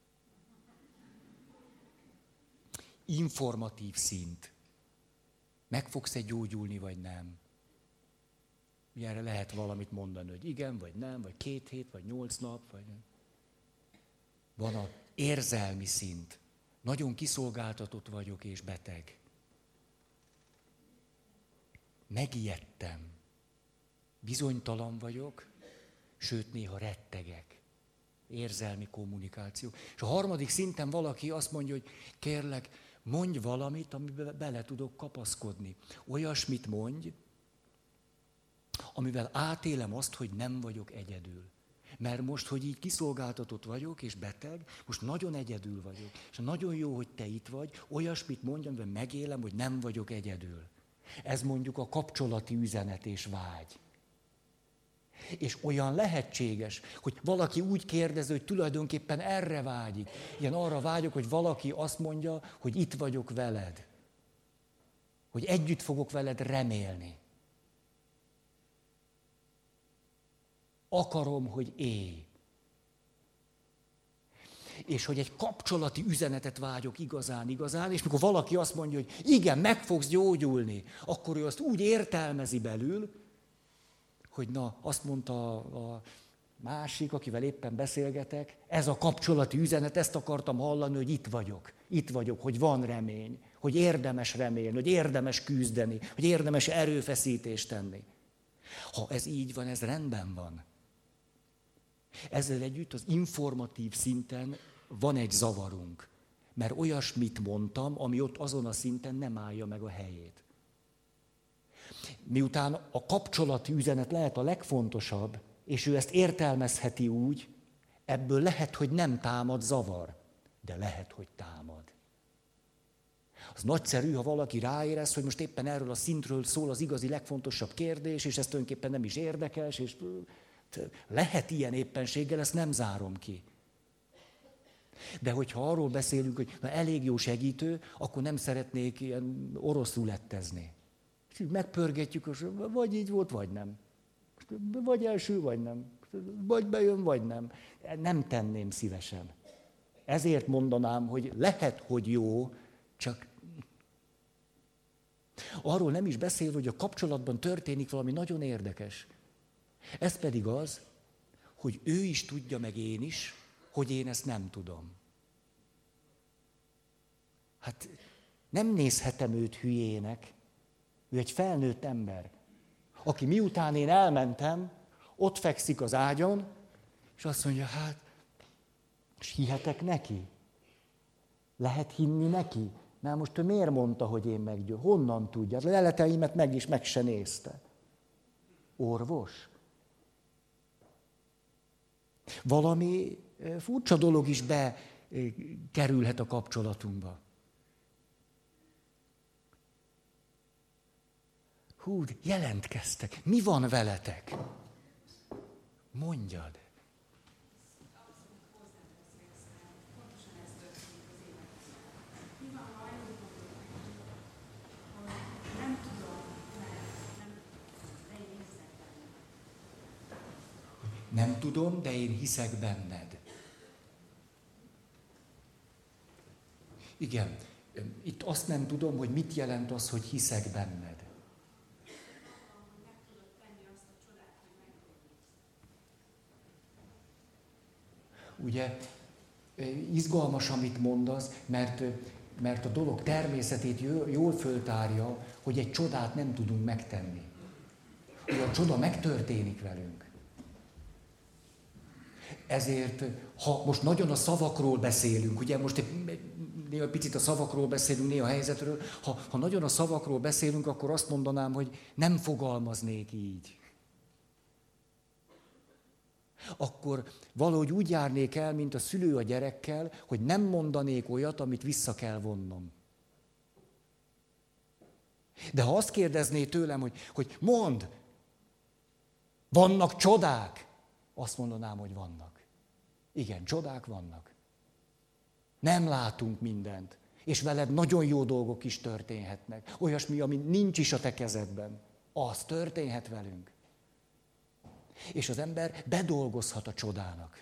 Informatív szint. Meg fogsz-e gyógyulni, vagy nem? Ilyenre lehet valamit mondani, hogy igen, vagy nem, vagy 2 hét, vagy 8 nap, vagy nem. Van az érzelmi szint. Nagyon kiszolgáltatott vagyok és beteg. Megijedtem. Bizonytalan vagyok, sőt néha rettegek. Érzelmi kommunikáció. És a 3. szinten valaki azt mondja, hogy kérlek, mondj valamit, amiben bele tudok kapaszkodni. Olyasmit mondj, amivel átélem azt, hogy nem vagyok egyedül. Mert most, hogy így kiszolgáltatott vagyok, és beteg, most nagyon egyedül vagyok. És nagyon jó, hogy te itt vagy, olyasmit mondj, amivel megélem, hogy nem vagyok egyedül. Ez mondjuk a kapcsolati üzenet és vágy. És olyan lehetséges, hogy valaki úgy kérdezi, hogy tulajdonképpen erre vágyik. Ilyen arra vágyok, hogy valaki azt mondja, hogy itt vagyok veled. Hogy együtt fogok veled remélni. Akarom, hogy élj. És hogy egy kapcsolati üzenetet vágyok igazán, és mikor valaki azt mondja, hogy igen, meg fogsz gyógyulni, akkor ő azt úgy értelmezi belül, hogy na, azt mondta a másik, akivel éppen beszélgetek, ez a kapcsolati üzenet, ezt akartam hallani, hogy itt vagyok, hogy van remény, hogy érdemes remélni, hogy érdemes küzdeni, hogy érdemes erőfeszítést tenni. Ha ez így van, ez rendben van. Ezzel együtt az informatív szinten van egy zavarunk, mert olyasmit mondtam, ami ott azon a szinten nem állja meg a helyét. Miután a kapcsolati üzenet lehet a legfontosabb, és ő ezt értelmezheti úgy, ebből lehet, hogy nem támad zavar, de lehet, hogy támad. Az nagyszerű, ha valaki ráérez, hogy most éppen erről a szintről szól az igazi legfontosabb kérdés, és ez tulajdonképpen nem is érdekes, és lehet ilyen éppenséggel, ezt nem zárom ki. De hogyha arról beszélünk, hogy na, elég jó segítő, akkor nem szeretnék ilyen orosz rulettezni. Megpörgetjük, vagy így volt, vagy nem. Vagy első, vagy nem. Vagy bejön, vagy nem. Nem tenném szívesen. Ezért mondanám, hogy lehet, hogy jó, csak arról nem is beszél, hogy a kapcsolatban történik valami nagyon érdekes. Ez pedig az, hogy ő is tudja, meg én is, hogy én ezt nem tudom. Hát Nem nézhetem őt hülyének. Ő egy felnőtt ember, aki miután én elmentem, ott fekszik az ágyon, és azt mondja, hát, és hihetek neki? Lehet hinni neki? Mert most ő miért mondta, hogy én meggyőzöm? Honnan tudja? Az leleteimet meg se nézte. Orvos? Valami furcsa dolog is bekerülhet a kapcsolatunkba. Hú, jelentkeztek. Mi van veletek? Mondjad. Nem tudom, de én hiszek benned. Igen, itt azt nem tudom, hogy mit jelent az, hogy hiszek benned. Ugye, izgalmas, amit mondasz, mert a dolog természetét jól föltárja, hogy egy csodát nem tudunk megtenni. Ugye a csoda megtörténik velünk. Ezért, ha most nagyon a szavakról beszélünk, ugye most néha picit a szavakról beszélünk, néha a helyzetről, ha nagyon a szavakról beszélünk, akkor azt mondanám, hogy nem fogalmaznék így. Akkor valahogy úgy járnék el, mint a szülő a gyerekkel, hogy nem mondanék olyat, amit vissza kell vonnom. De ha azt kérdezné tőlem, hogy mondd, vannak csodák, azt mondanám, hogy vannak. Igen, csodák vannak. Nem látunk mindent, és veled nagyon jó dolgok is történhetnek. Olyasmi, ami nincs is a te kezedben, az történhet velünk. És az ember bedolgozhat a csodának.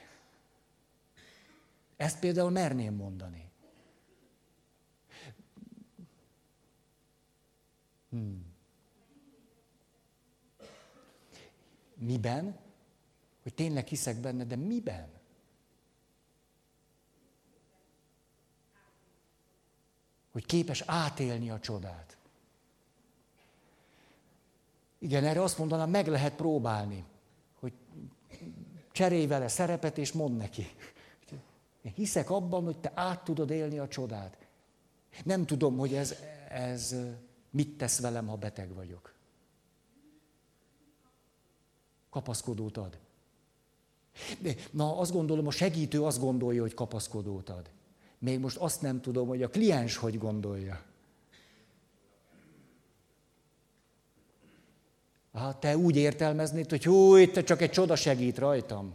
Ezt például merném mondani. Miben? Hogy tényleg hiszek benne, de miben? Hogy képes átélni a csodát. Igen, erre azt mondanám, meg lehet próbálni. Hogy cserélj vele szerepet, és mondd neki. Én hiszek abban, hogy te át tudod élni a csodát. Nem tudom, hogy ez mit tesz velem, ha beteg vagyok. Kapaszkodót ad. Na, azt gondolom, a segítő azt gondolja, hogy kapaszkodót ad. Még most azt nem tudom, hogy a kliens hogy gondolja. Hát te úgy értelmeznéd, hogy hú, itt csak egy csoda segít rajtam.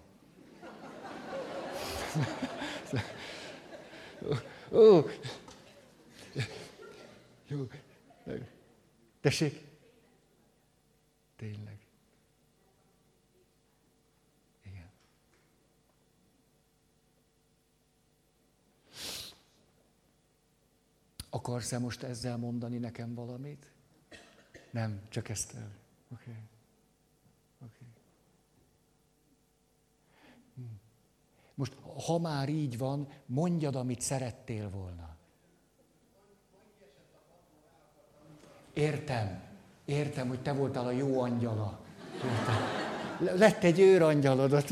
Jó. Tessék? Tényleg. Igen. Akarsz-e most ezzel mondani nekem valamit? Nem, csak ezt el. Oké. Most, ha már így van, mondjad, amit szerettél volna. Értem, hogy te voltál a jó angyala. Értem. Lett egy őrangyalod.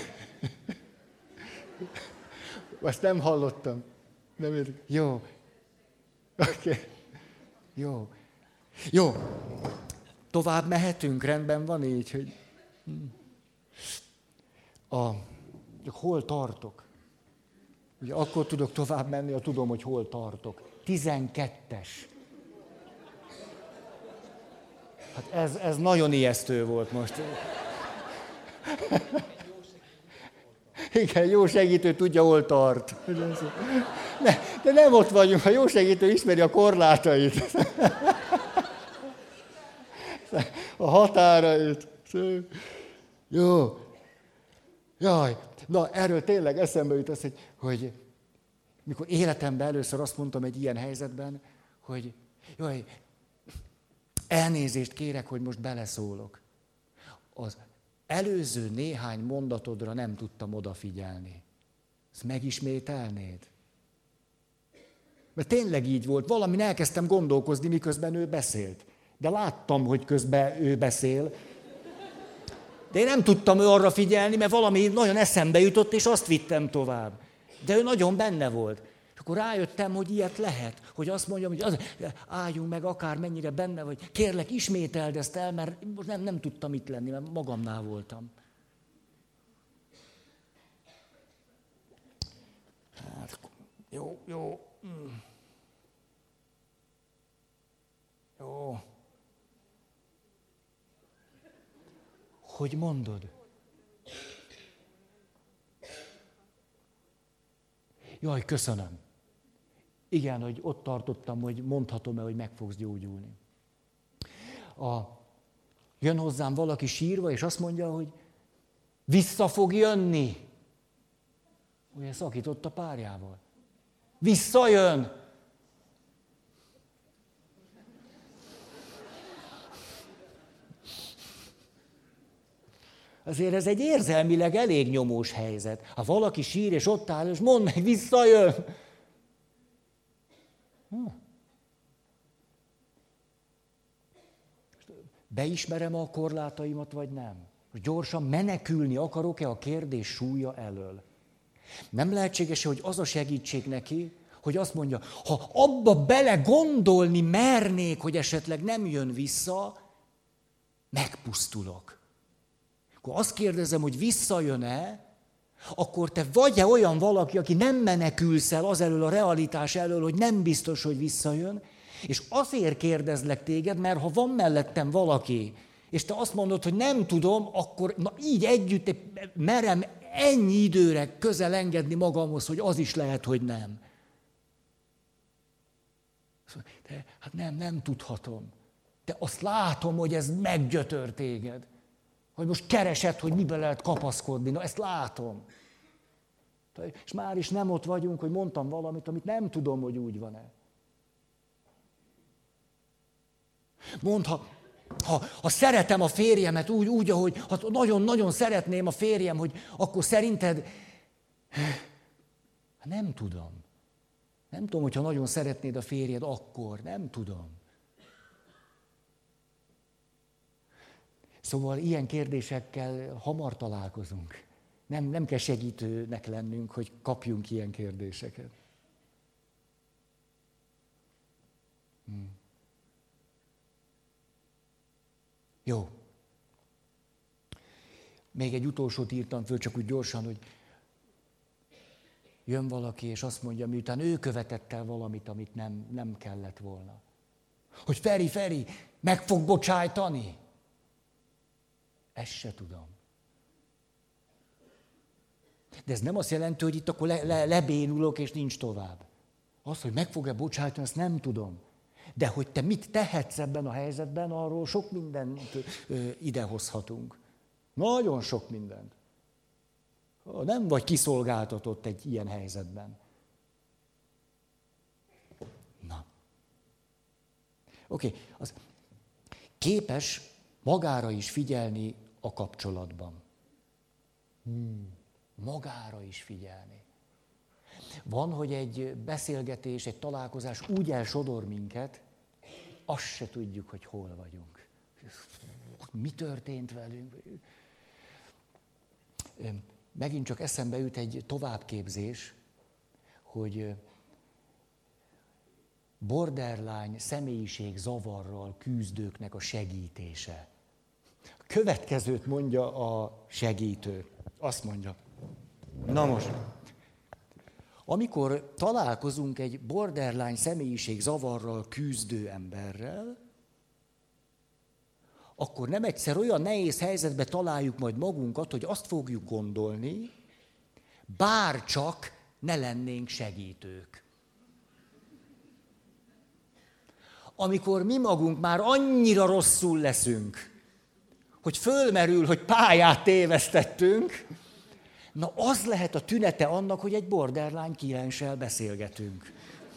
Azt nem hallottam. Nem értem. Jó. Oké. Jó. Tovább mehetünk, rendben van így, hogy... Hol tartok? Ugye akkor tudok tovább menni, ha tudom, hogy hol tartok. 12-es. Hát ez nagyon ijesztő volt most. Igen, jó segítő tudja, hol tart. De nem ott vagyunk, a jó segítő ismeri a korlátait. A határait. Jó. Jaj, na erről tényleg eszembe jut az, hogy mikor életemben először azt mondtam egy ilyen helyzetben, hogy jaj, elnézést kérek, hogy most beleszólok. Az előző néhány mondatodra nem tudtam odafigyelni. Ezt megismételnéd? Mert tényleg így volt. Valamin elkezdtem gondolkozni, miközben ő beszélt. De láttam, hogy közben ő beszél. De én nem tudtam arra figyelni, mert valami nagyon eszembe jutott, és azt vittem tovább. De ő nagyon benne volt. És akkor rájöttem, hogy ilyet lehet. Hogy azt mondjam, hogy álljunk meg akármennyire benne vagy. Kérlek, ismételd ezt el, mert most nem tudtam itt lenni, mert magamnál voltam. Hát, jó. Jó. Hogy mondod? Jaj, köszönöm. Igen, hogy ott tartottam, hogy mondhatom-e, hogy meg fogsz gyógyulni. Jön hozzám valaki sírva, és azt mondja, hogy vissza fog jönni. Ugye szakított a párjával. Visszajön! Azért ez egy érzelmileg elég nyomós helyzet. Ha valaki sír, és ott áll, és mondd meg, visszajön! Beismerem a korlátaimat, vagy nem? Gyorsan menekülni akarok-e a kérdés súlya elől? Nem lehetséges, hogy az a segítség neki, hogy azt mondja, ha abba bele gondolni mernék, hogy esetleg nem jön vissza, megpusztulok. Akkor azt kérdezem, hogy visszajön-e, akkor te vagy-e olyan valaki, aki nem menekülsz el az elől a realitás elől, hogy nem biztos, hogy visszajön, és azért kérdezlek téged, mert ha van mellettem valaki, és te azt mondod, hogy nem tudom, akkor na, így együtt merem ennyi időre közel engedni magamhoz, hogy az is lehet, hogy nem. De, hát nem tudhatom. De azt látom, hogy ez meggyötör téged. Hogy most keresed, hogy miben lehet kapaszkodni. Na, ezt látom. És már is nem ott vagyunk, hogy mondtam valamit, amit nem tudom, hogy úgy van-e. Mondd, ha szeretem a férjemet úgy, ahogy ha nagyon-nagyon szeretném a férjem, hogy akkor szerinted... Nem tudom. Nem tudom, hogyha nagyon szeretnéd a férjed, akkor. Nem tudom. Szóval ilyen kérdésekkel hamar találkozunk. Nem kell segítőnek lennünk, hogy kapjunk ilyen kérdéseket. Jó. Még egy utolsót írtam föl, csak úgy gyorsan, hogy jön valaki, és azt mondja, miután ő követett el valamit, amit nem kellett volna. Hogy Feri, meg fog bocsájtani? Ezt se tudom. De ez nem azt jelenti, hogy itt akkor lebénulok, és nincs tovább. Az, hogy meg fog-e bocsájtani, azt nem tudom. De hogy te mit tehetsz ebben a helyzetben, arról sok mindent idehozhatunk. Nagyon sok mindent. Nem vagy kiszolgáltatott egy ilyen helyzetben. Na. Oké. Az képes magára is figyelni a kapcsolatban. Magára is figyelni. Van, hogy egy beszélgetés, egy találkozás úgy elsodor minket, azt se tudjuk, hogy hol vagyunk. Mi történt velünk? Megint csak eszembe jut egy továbbképzés, hogy borderline személyiség zavarral küzdőknek a segítése. A következőt mondja a segítő. Azt mondja, na most, amikor találkozunk egy borderline személyiség zavarral küzdő emberrel, akkor nem egyszer olyan nehéz helyzetbe találjuk majd magunkat, hogy azt fogjuk gondolni, bárcsak ne lennénk segítők. Amikor mi magunk már annyira rosszul leszünk, hogy fölmerül, hogy pályát tévesztettünk, na az lehet a tünete annak, hogy egy borderline klienssel beszélgetünk.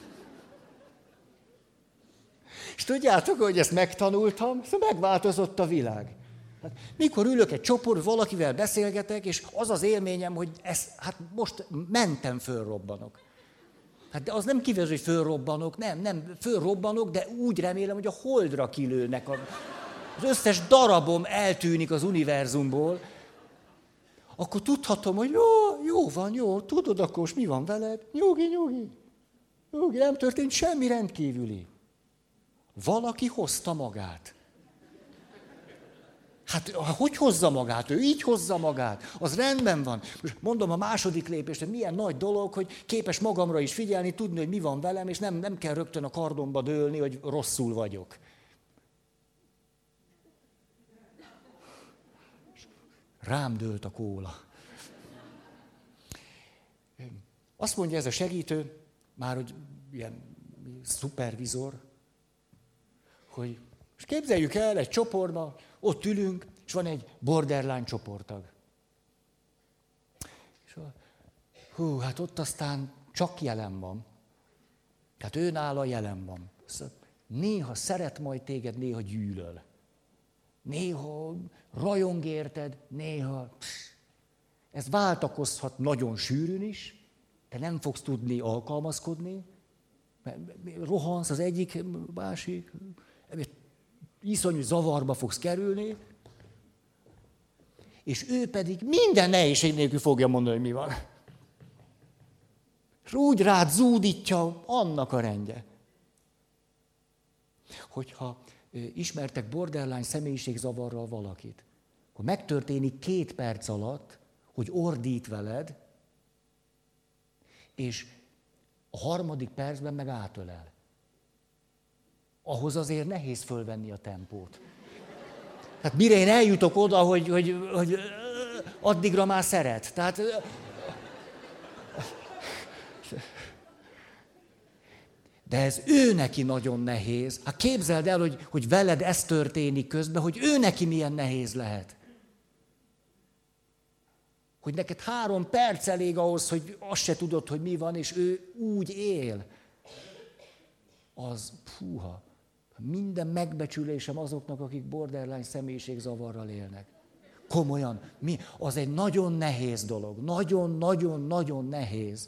És tudjátok, hogy ezt megtanultam, szóval megváltozott a világ. Hát, mikor ülök egy csoport, valakivel beszélgetek, és az az élményem, hogy hát most mentem fölrobbanok. Hát de az nem kivező, hogy fölrobbanok, nem, fölrobbanok, de úgy remélem, hogy a holdra kilőnek. Az összes darabom eltűnik az univerzumból. Akkor tudhatom, hogy jó van, jó, tudod, akkor most mi van veled? Nyugi, nem történt semmi rendkívüli. Valaki hozta magát. Hát, hogy hozza magát? Ő így hozza magát. Az rendben van. Most mondom a második lépést, hogy milyen nagy dolog, hogy képes magamra is figyelni, tudni, hogy mi van velem, és nem kell rögtön a kardomba dőlni, hogy rosszul vagyok. Rám dőlt a kóla. Azt mondja ez a segítő, már hogy ilyen szupervizor, hogy és képzeljük el egy csoportban, ott ülünk, és van egy borderline csoporttag. És hát ott aztán csak jelen van. Tehát ő nála jelen van. Szóval néha szeret majd téged, néha gyűlöl. Néha rajong érted, néha... Ez váltakozhat nagyon sűrűn is, te nem fogsz tudni alkalmazkodni, rohansz az egyik, másik, iszonyú zavarba fogsz kerülni, és ő pedig minden nehézség nélkül fogja mondani, hogy mi van. És úgy rád zúdítja, annak a rendje. Hogyha ismertek borderline személyiségzavarral valakit, akkor megtörténik 2 perc alatt, hogy ordít veled, és a 3. percben meg átölel. Ahhoz azért nehéz fölvenni a tempót. Tehát mire én eljutok oda, hogy addigra már szeret. Tehát... De ez ő neki nagyon nehéz. Hát képzeld el, hogy veled ez történik közben, hogy ő neki milyen nehéz lehet. Hogy neked 3 perc elég ahhoz, hogy azt se tudod, hogy mi van, és ő úgy él. Az, fúha, minden megbecsülésem azoknak, akik borderline személyiségzavarral élnek. Komolyan, az egy nagyon nehéz dolog. Nagyon nehéz.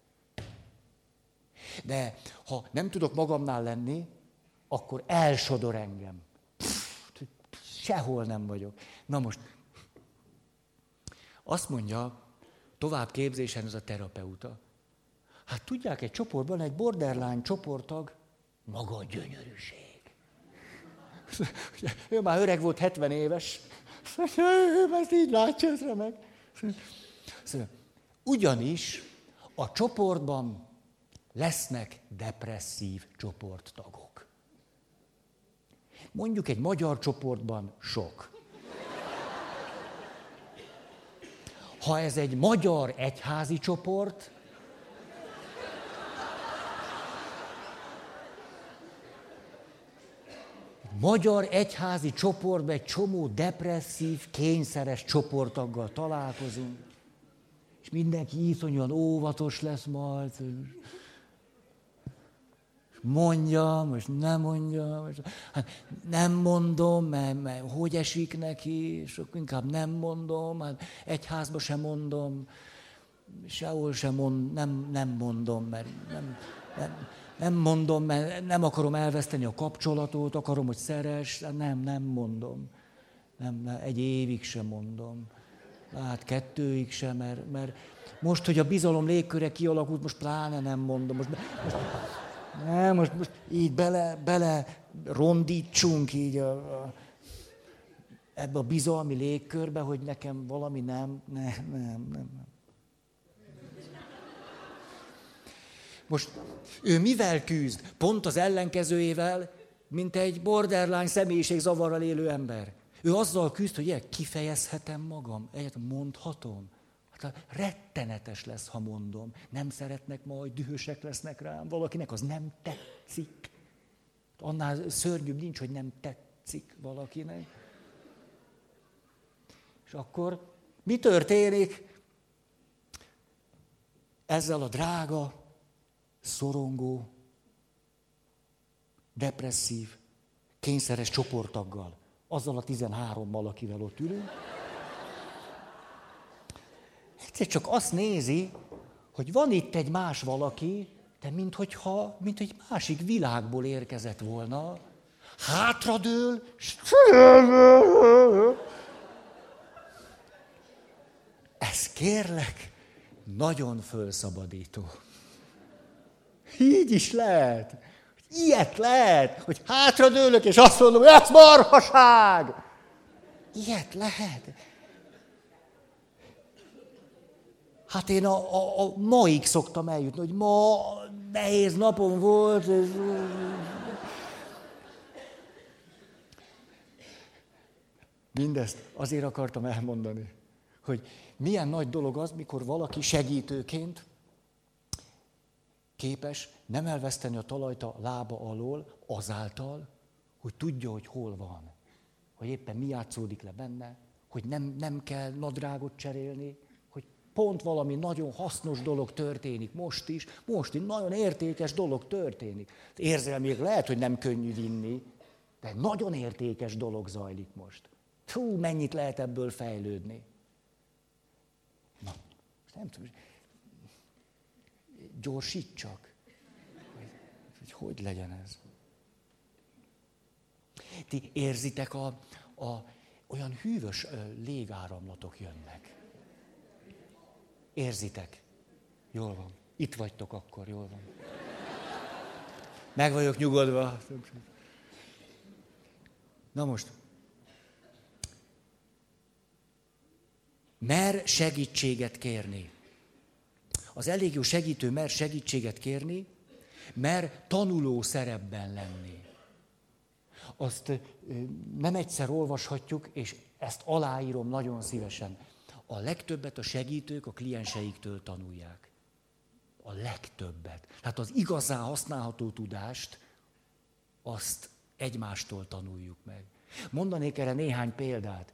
De ha nem tudok magamnál lenni, akkor elsodor engem. Sehol nem vagyok. Na most, azt mondja, továbbképzésen ez a terapeuta. Hát tudják, egy csoportban, egy borderline csoporttag, maga a gyönyörűség. Ő már öreg volt, 70 éves. Ő ezt így látja, ez remek. Ugyanis a csoportban lesznek depresszív csoporttagok. Mondjuk egy magyar csoportban sok. Ha ez egy magyar egyházi csoport, magyar egyházi csoportban egy csomó depresszív, kényszeres csoporttaggal találkozunk, és mindenki iszonyúan óvatos lesz majd. Mondja, most nem mondja, hát nem mondom, mert hogy esik neki, és akkor inkább nem mondom, hát egyházba sem mondom, sehol sem nem mondom, mert nem mondom, mert nem akarom elveszteni a kapcsolatot, akarom, hogy szeress, nem mondom. Nem, egy évig sem mondom. Hát 2 sem, mert most, hogy a bizalom légköre kialakult, most pláne nem mondom. Most így bele rondítsunk így ebbe a bizalmi légkörbe, hogy nekem valami nem. Most ő mivel küzd? Pont az ellenkezőjével, mint egy borderline személyiségzavarral élő ember. Ő azzal küzd, hogy kifejezhetem magam, mondhatom. Hát rettenetes lesz, ha mondom. Nem szeretnek majd, dühösek lesznek rám. Valakinek az nem tetszik. Annál szörnyűbb nincs, hogy nem tetszik valakinek. És akkor mi történik? Ezzel a drága, szorongó, depresszív, kényszeres csoporttaggal, azzal a 13-mal, akivel ott ülünk, egyszer csak azt nézi, hogy van itt egy más valaki, De mint egy másik világból érkezett volna, hátradől, ez kérlek, nagyon fölszabadító. Így is lehet. Ilyet lehet, hogy hátradőlök, és azt mondom, hogy ez marhaság. Ilyet lehet. Hát én a maig szoktam eljutni, hogy ma nehéz napom volt. Mindezt azért akartam elmondani, hogy milyen nagy dolog az, mikor valaki segítőként képes nem elveszteni a talajt a lába alól azáltal, hogy tudja, hogy hol van. Hogy éppen mi játszódik le benne, hogy nem kell nadrágot cserélni, hogy pont valami nagyon hasznos dolog történik most is nagyon értékes dolog történik. Érzelmileg lehet, hogy nem könnyű vinni, de nagyon értékes dolog zajlik most. Hú, mennyit lehet ebből fejlődni. Na, nem tudom, gyorsítsak, hogy legyen ez. Ti érzitek, olyan hűvös légáramlatok jönnek. Érzitek? Jól van. Itt vagytok akkor, jól van. Meg vagyok nyugodva. Na most. Mer segítséget kérni. Az elég jó segítő mer segítséget kérni, mer tanuló szerepben lenni. Azt nem egyszer olvashatjuk, és ezt aláírom nagyon szívesen. A legtöbbet a segítők a klienseiktől tanulják. A legtöbbet. Tehát az igazán használható tudást, azt egymástól tanuljuk meg. Mondanék erre néhány példát,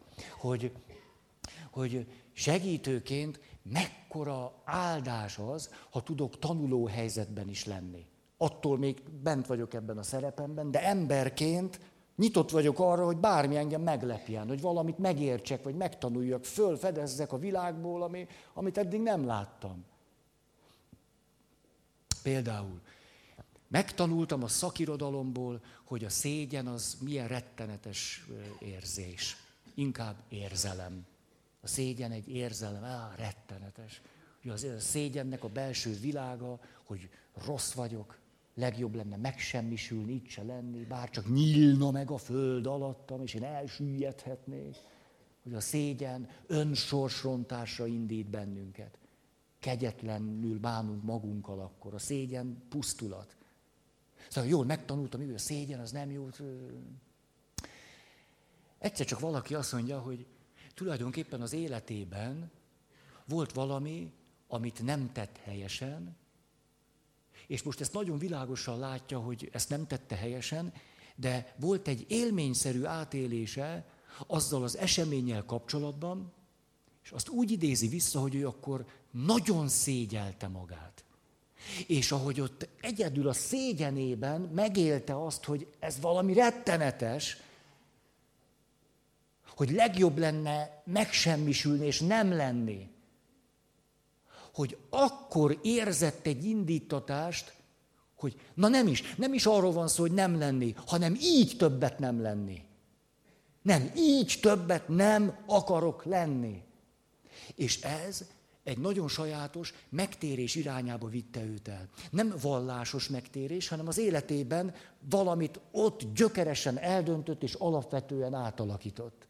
hogy segítőként mekkora áldás az, ha tudok tanuló helyzetben is lenni. Attól még bent vagyok ebben a szerepemben, de emberként nyitott vagyok arra, hogy bármi engem meglepjen, hogy valamit megértsek, vagy megtanuljak, fölfedezzek a világból, amit eddig nem láttam. Például megtanultam a szakirodalomból, hogy a szégyen az milyen rettenetes érzés. Inkább érzelem. A szégyen egy érzelem, rettenetes. A szégyennek a belső világa, hogy rossz vagyok, legjobb lenne megsemmisülni, itt se lenni, bár csak nyílna meg a föld alattam, és én elsüllyedhetnék. Hogy a szégyen önsorsrontásra indít bennünket. Kegyetlenül bánunk magunkkal akkor. A szégyen pusztulat. Szóval jól megtanultam, hogy a szégyen az nem jó. Egyszer csak valaki azt mondja, hogy tulajdonképpen az életében volt valami, amit nem tett helyesen, és most ezt nagyon világosan látja, hogy ezt nem tette helyesen, de volt egy élményszerű átélése azzal az eseménnyel kapcsolatban, és azt úgy idézi vissza, hogy ő akkor nagyon szégyelte magát. És ahogy ott egyedül a szégyenében megélte azt, hogy ez valami rettenetes, hogy legjobb lenne megsemmisülni és nem lenni. Hogy akkor érzett egy indítatást, hogy na nem is arról van szó, hogy nem lenni, hanem így többet nem lenni. Nem, így többet nem akarok lenni. És ez egy nagyon sajátos megtérés irányába vitte őt el. Nem vallásos megtérés, hanem az életében valamit ott gyökeresen eldöntött és alapvetően átalakított.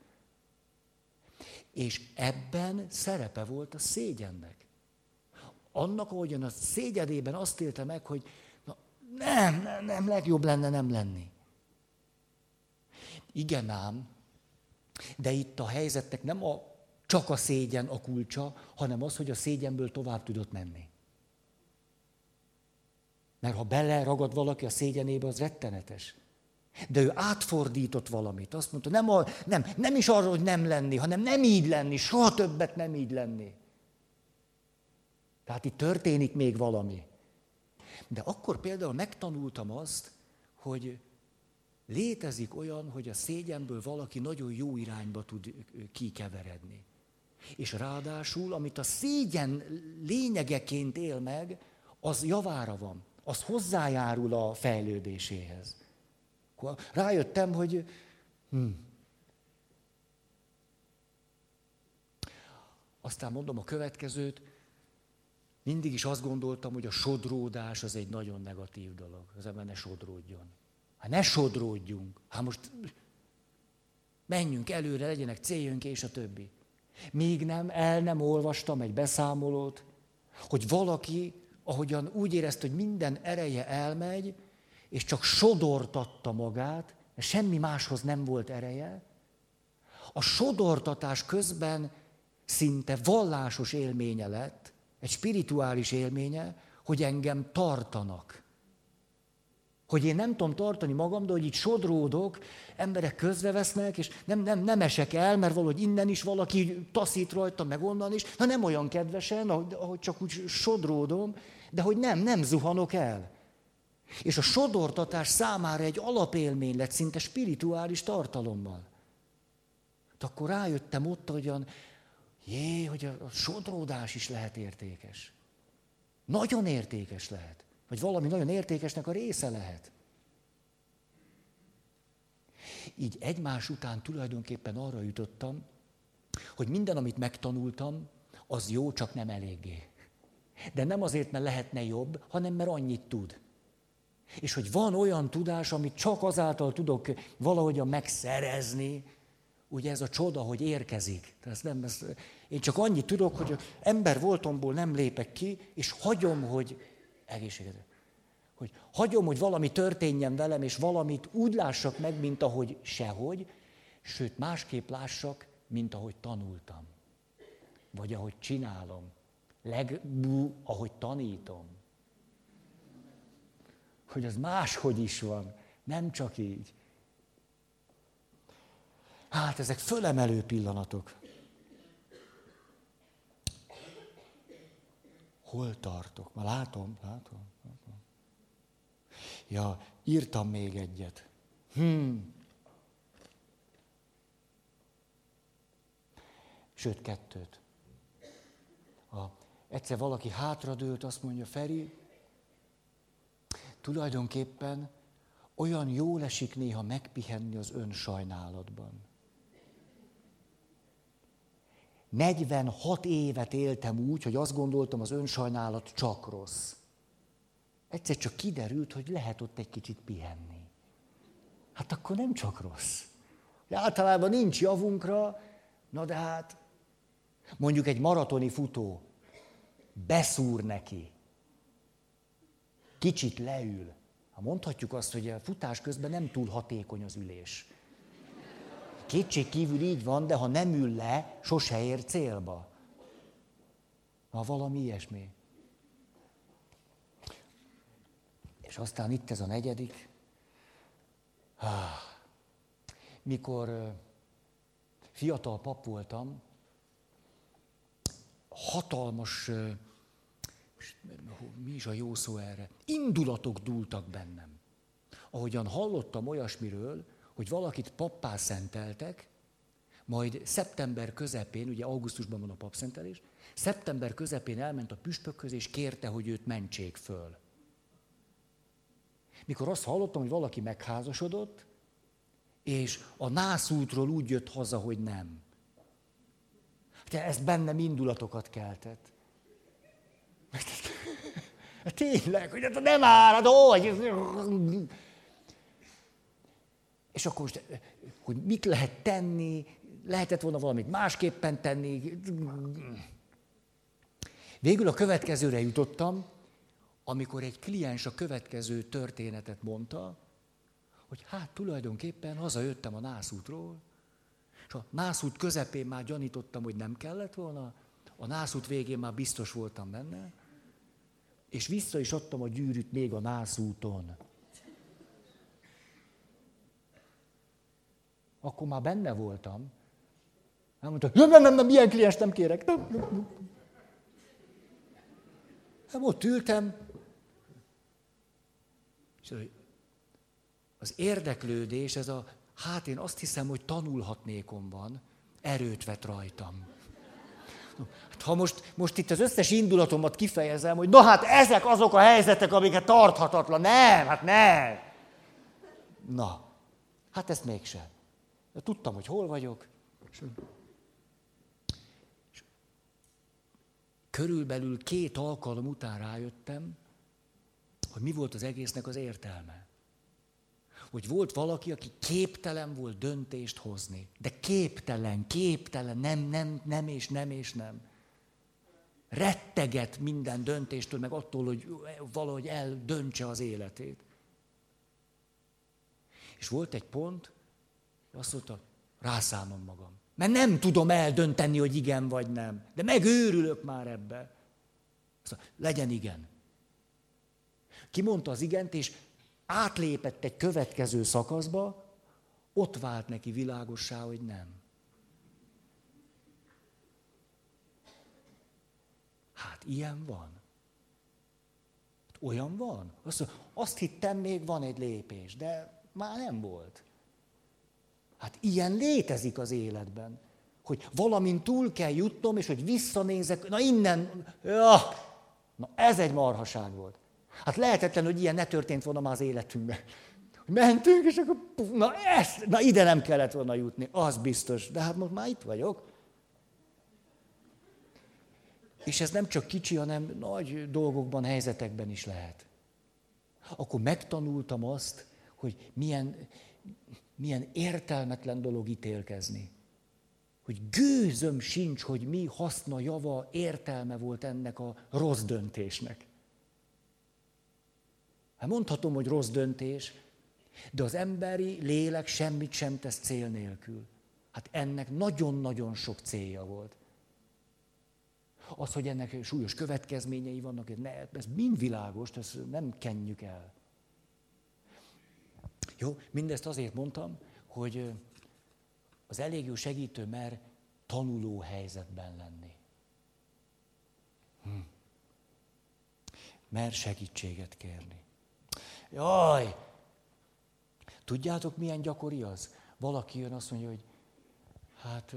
És ebben szerepe volt a szégyennek. Annak, ahogyan a szégyenében azt élte meg, hogy nem, legjobb lenne nem lenni. Igen ám, de itt a helyzetnek nem csak a szégyen a kulcsa, hanem az, hogy a szégyenből tovább tudott menni. Mert ha beleragad valaki a szégyenébe, az rettenetes. De ő átfordított valamit. Azt mondta, nem is arról, hogy nem lenni, hanem nem így lenni, soha többet nem így lenni. Tehát itt történik még valami. De akkor például megtanultam azt, hogy létezik olyan, hogy a szégyenből valaki nagyon jó irányba tud kikeveredni. És ráadásul, amit a szégyen lényegeként él meg, az javára van. Az hozzájárul a fejlődéséhez. Akkor rájöttem, hogy Aztán mondom a következőt, mindig is azt gondoltam, hogy a sodródás az egy nagyon negatív dolog. Az ember ne sodródjon. Hát ne sodródjunk. Hát most menjünk előre, legyenek céljaink és a többi. Míg nem olvastam egy beszámolót, hogy valaki, ahogyan úgy érezte, hogy minden ereje elmegy, és csak sodortatta magát, mert semmi máshoz nem volt ereje, a sodortatás közben szinte vallásos élménye lett, egy spirituális élménye, hogy engem tartanak. Hogy én nem tudom tartani magam, de hogy így sodródok, emberek közrevesznek, és nem esek el, mert valahogy innen is valaki taszít rajta, meg onnan is, ha nem olyan kedvesen, ahogy csak úgy sodródom, de hogy nem zuhanok el. És a sodortatás számára egy alapélmény lett, szinte spirituális tartalommal. De akkor rájöttem ott, hogy hogy a sodródás is lehet értékes. Nagyon értékes lehet. Vagy valami nagyon értékesnek a része lehet. Így egymás után tulajdonképpen arra jutottam, hogy minden, amit megtanultam, az jó, csak nem eléggé. De nem azért, mert lehetne jobb, hanem mert annyit tud. És hogy van olyan tudás, amit csak azáltal tudok valahogyan megszerezni, ugye ez a csoda, hogy érkezik. Én csak annyit tudok, hogy ember voltomból nem lépek ki, és hagyom, hogy hagyom, hogy valami történjen velem, és valamit úgy lássak meg, mint ahogy sehogy, sőt, másképp lássak, mint ahogy tanultam. Vagy ahogy csinálom. Ahogy tanítom. Hogy az máshogy is van, nem csak így. Hát ezek fölemelő pillanatok. Hol tartok? Már látom. Ja, írtam még egyet. Sőt, 2. Egyszer valaki hátradőlt, azt mondja, Feri, tulajdonképpen olyan jól esik néha megpihenni az önsajnálatban. 46 évet éltem úgy, hogy azt gondoltam, az önsajnálat csak rossz. Egyszer csak kiderült, hogy lehet ott egy kicsit pihenni. Hát akkor nem csak rossz. Általában nincs javunkra, na de hát mondjuk egy maratoni futó beszúr neki. Kicsit leül. Mondhatjuk azt, hogy a futás közben nem túl hatékony az ülés. Kétségkívül így van, de ha nem ül le, sose ér célba. Na, valami ilyesmi. És aztán itt ez a 4. Mikor fiatal pap voltam, hatalmas, mi is a jó szó erre, indulatok dúltak bennem. Ahogyan hallottam olyasmiről, hogy valakit pappá szenteltek, majd szeptember közepén, ugye augusztusban van a papszentelés, szeptember közepén elment a püspökhöz, és kérte, hogy őt mentsék föl. Mikor azt hallottam, hogy valaki megházasodott, és a nászútról úgy jött haza, hogy nem. De ez bennem indulatokat keltett. Tényleg, hogy nem árad, hogy... És akkor most, hogy mit lehet tenni, lehetett volna valamit másképpen tenni. Végül a következőre jutottam, amikor egy kliens a következő történetet mondta, hogy hát tulajdonképpen hazajöttem a nászútról, és a nászút közepén már gyanítottam, hogy nem kellett volna, a nászút végén már biztos voltam benne, és vissza is adtam a gyűrűt még a nászúton. Akkor már benne voltam. Mondta, nem, ilyen klienst nem kérek. Nem, ott ültem, és az érdeklődés, én azt hiszem, hogy tanulhatnékom van, erőt vett rajtam. Hát, ha most itt az összes indulatomat kifejezem, hogy na hát ezek azok a helyzetek, amiket tarthatatlan. Nem, hát nem. Na, hát ezt mégsem. De tudtam, hogy hol vagyok. És körülbelül 2 alkalom után rájöttem, hogy mi volt az egésznek az értelme. Hogy volt valaki, aki képtelen volt döntést hozni. De képtelen, nem. Retteget minden döntéstől, meg attól, hogy valahogy eldöntse az életét. És volt egy pont, azt mondta, rászámom magam. Mert nem tudom eldönteni, hogy igen vagy nem. De megőrülök már ebbe. Azt mondta, legyen igen. Kimondta az igent, és átlépett egy következő szakaszba, ott vált neki világossá, hogy nem. Hát ilyen van. Olyan van. Azt hittem, még van egy lépés, de már nem volt. Hát ilyen létezik az életben, hogy valamint túl kell jutnom, és hogy visszanézek, na innen, na ez egy marhaság volt. Hát lehetetlen, hogy ilyen ne történt volna már az életünkben. Mentünk, és akkor, na ide nem kellett volna jutni, az biztos. De hát most már itt vagyok. És ez nem csak kicsi, hanem nagy dolgokban, helyzetekben is lehet. Akkor megtanultam azt, hogy milyen értelmetlen dolog ítélkezni. Hogy gőzöm sincs, hogy mi haszna, java, értelme volt ennek a rossz döntésnek. Hát mondhatom, hogy rossz döntés, de az emberi lélek semmit sem tesz cél nélkül. Hát ennek nagyon-nagyon sok célja volt. Az, hogy ennek súlyos következményei vannak, ez mind világos, ezt nem kenjük el. Jó, mindezt azért mondtam, hogy az elég jó segítő mer tanuló helyzetben lenni. Mer segítséget kérni. Jaj! Tudjátok, milyen gyakori az? Valaki jön, azt mondja, hogy hát...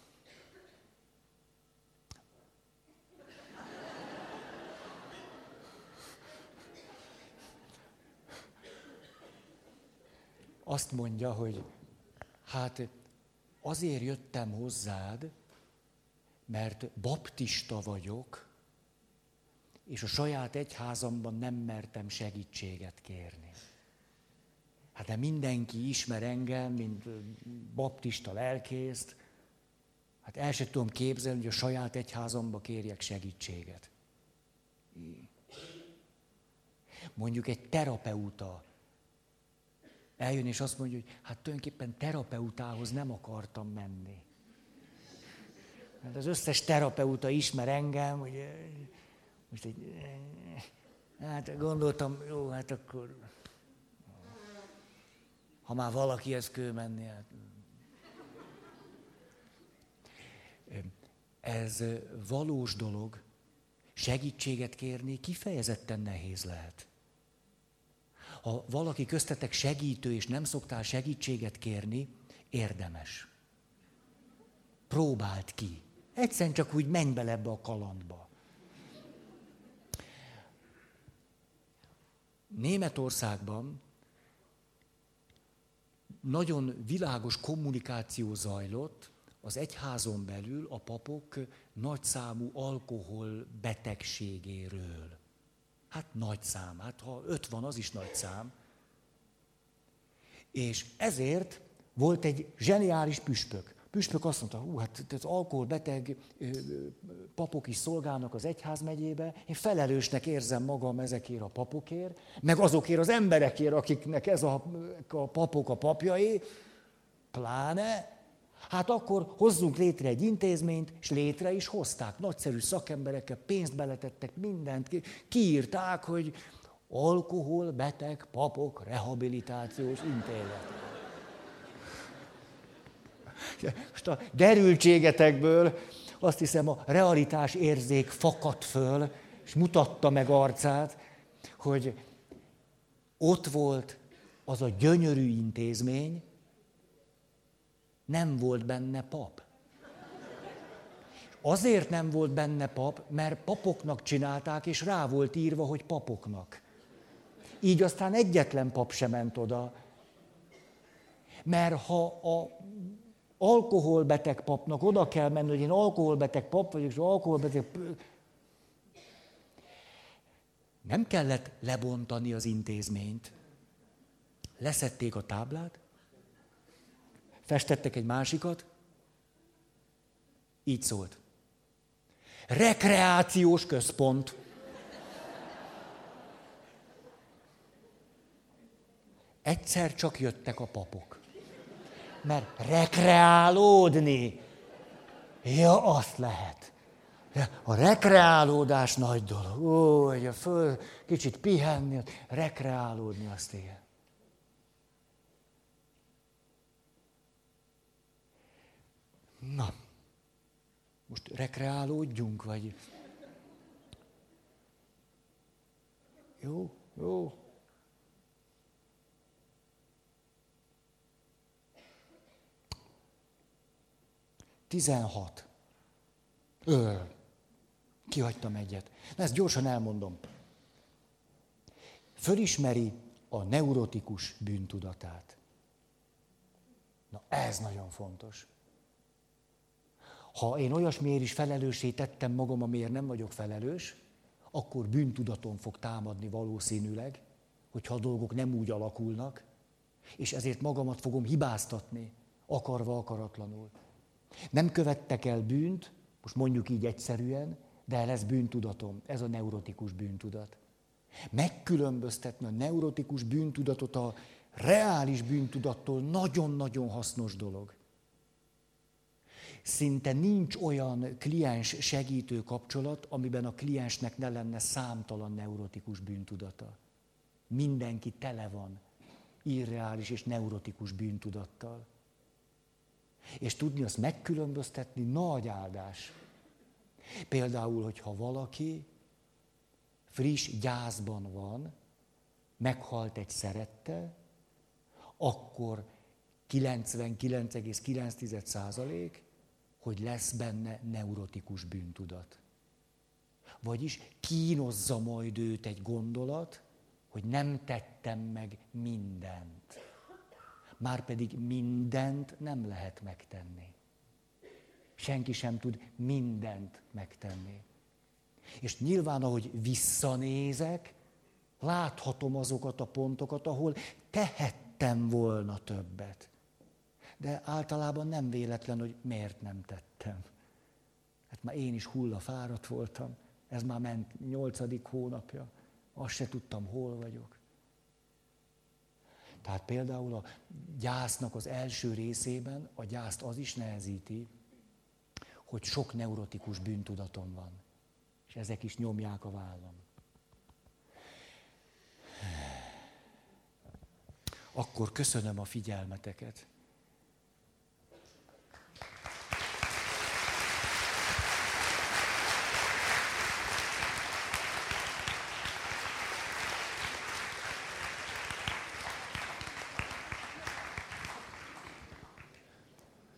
Azt mondja, hogy hát azért jöttem hozzád, mert baptista vagyok, és a saját egyházamban nem mertem segítséget kérni. Hát de mindenki ismer engem, mint baptista lelkészt, hát el sem tudom képzelni, hogy a saját egyházamba kérjek segítséget. Mondjuk egy terapeuta eljön és azt mondja, hogy hát tulajdonképpen terapeutához nem akartam menni. Mert az összes terapeuta ismer engem, hogy most hát gondoltam, jó, hát akkor, ha már valakihez kell menni, hát... Ez valós dolog, segítséget kérni kifejezetten nehéz lehet. Ha valaki köztetek segítő, és nem szoktál segítséget kérni, érdemes. Próbáld ki. Egyszerűen csak úgy menj bele ebbe a kalandba. Németországban nagyon világos kommunikáció zajlott az egyházon belül a papok nagyszámú alkoholbetegségéről. Hát nagy szám, hát ha 5 van, az is nagy szám. És ezért volt egy zseniális püspök. Püspök azt mondta, hát az alkoholbeteg papok is szolgálnak az egyházmegyébe, én felelősnek érzem magam ezekért a papokért, meg azokért az emberekért, akiknek ez a papok a papjai, pláne, hát akkor hozzunk létre egy intézményt, és létre is hozták. Nagyszerű szakemberekkel, pénzt beletettek, mindent. Kiírták, hogy alkoholbeteg papok rehabilitációs intézet. Most a derültségetekből azt hiszem a realitás érzék fakadt föl, és mutatta meg arcát, hogy ott volt az a gyönyörű intézmény, nem volt benne pap. Azért nem volt benne pap, mert papoknak csinálták, és rá volt írva, hogy papoknak. Így aztán egyetlen pap sem ment oda. Mert ha a alkoholbeteg papnak oda kell menni, hogy én alkoholbeteg pap vagyok, és alkoholbeteg... Nem kellett lebontani az intézményt. Leszették a táblát, festettek egy másikat, így szólt. Rekreációs központ. Egyszer csak jöttek a papok. Mert rekreálódni, ja, azt lehet. A rekreálódás nagy dolog. Ó, hogy kicsit pihenni, rekreálódni, azt igen. Na, most rekreálódjunk, vagy... Jó, jó. Tizenhat. Kihagytam egyet. Na, ezt gyorsan elmondom. Fölismeri a neurotikus bűntudatát. Na, ez nagyon fontos. Ha én olyasmiért is felelőssé tettem magam, amiért nem vagyok felelős, akkor bűntudatom fog támadni valószínűleg, hogyha a dolgok nem úgy alakulnak, és ezért magamat fogom hibáztatni, akarva, akaratlanul. Nem követtek el bűnt, most mondjuk így egyszerűen, de lesz bűntudatom. Ez a neurotikus bűntudat. Megkülönböztetni a neurotikus bűntudatot a reális bűntudattól nagyon-nagyon hasznos dolog. Szinte nincs olyan kliens-segítő kapcsolat, amiben a kliensnek ne lenne számtalan neurotikus bűntudata. Mindenki tele van irreális és neurotikus bűntudattal. És tudni azt megkülönböztetni nagy áldás. Például, hogyha valaki friss gyászban van, meghalt egy szerette, akkor 99,9%, hogy lesz benne neurotikus bűntudat. Vagyis kínozza majd őt egy gondolat, hogy nem tettem meg mindent. Márpedig mindent nem lehet megtenni. Senki sem tud mindent megtenni. És nyilván, ahogy visszanézek, láthatom azokat a pontokat, ahol tehettem volna többet. De általában nem véletlen, hogy miért nem tettem. Hát már én is hullafáradt voltam. Ez már ment 8. hónapja. Azt se tudtam, hol vagyok. Tehát például a gyásznak az első részében a gyászt az is nehezíti, hogy sok neurotikus bűntudatom van. És ezek is nyomják a vállam. Akkor köszönöm a figyelmeteket.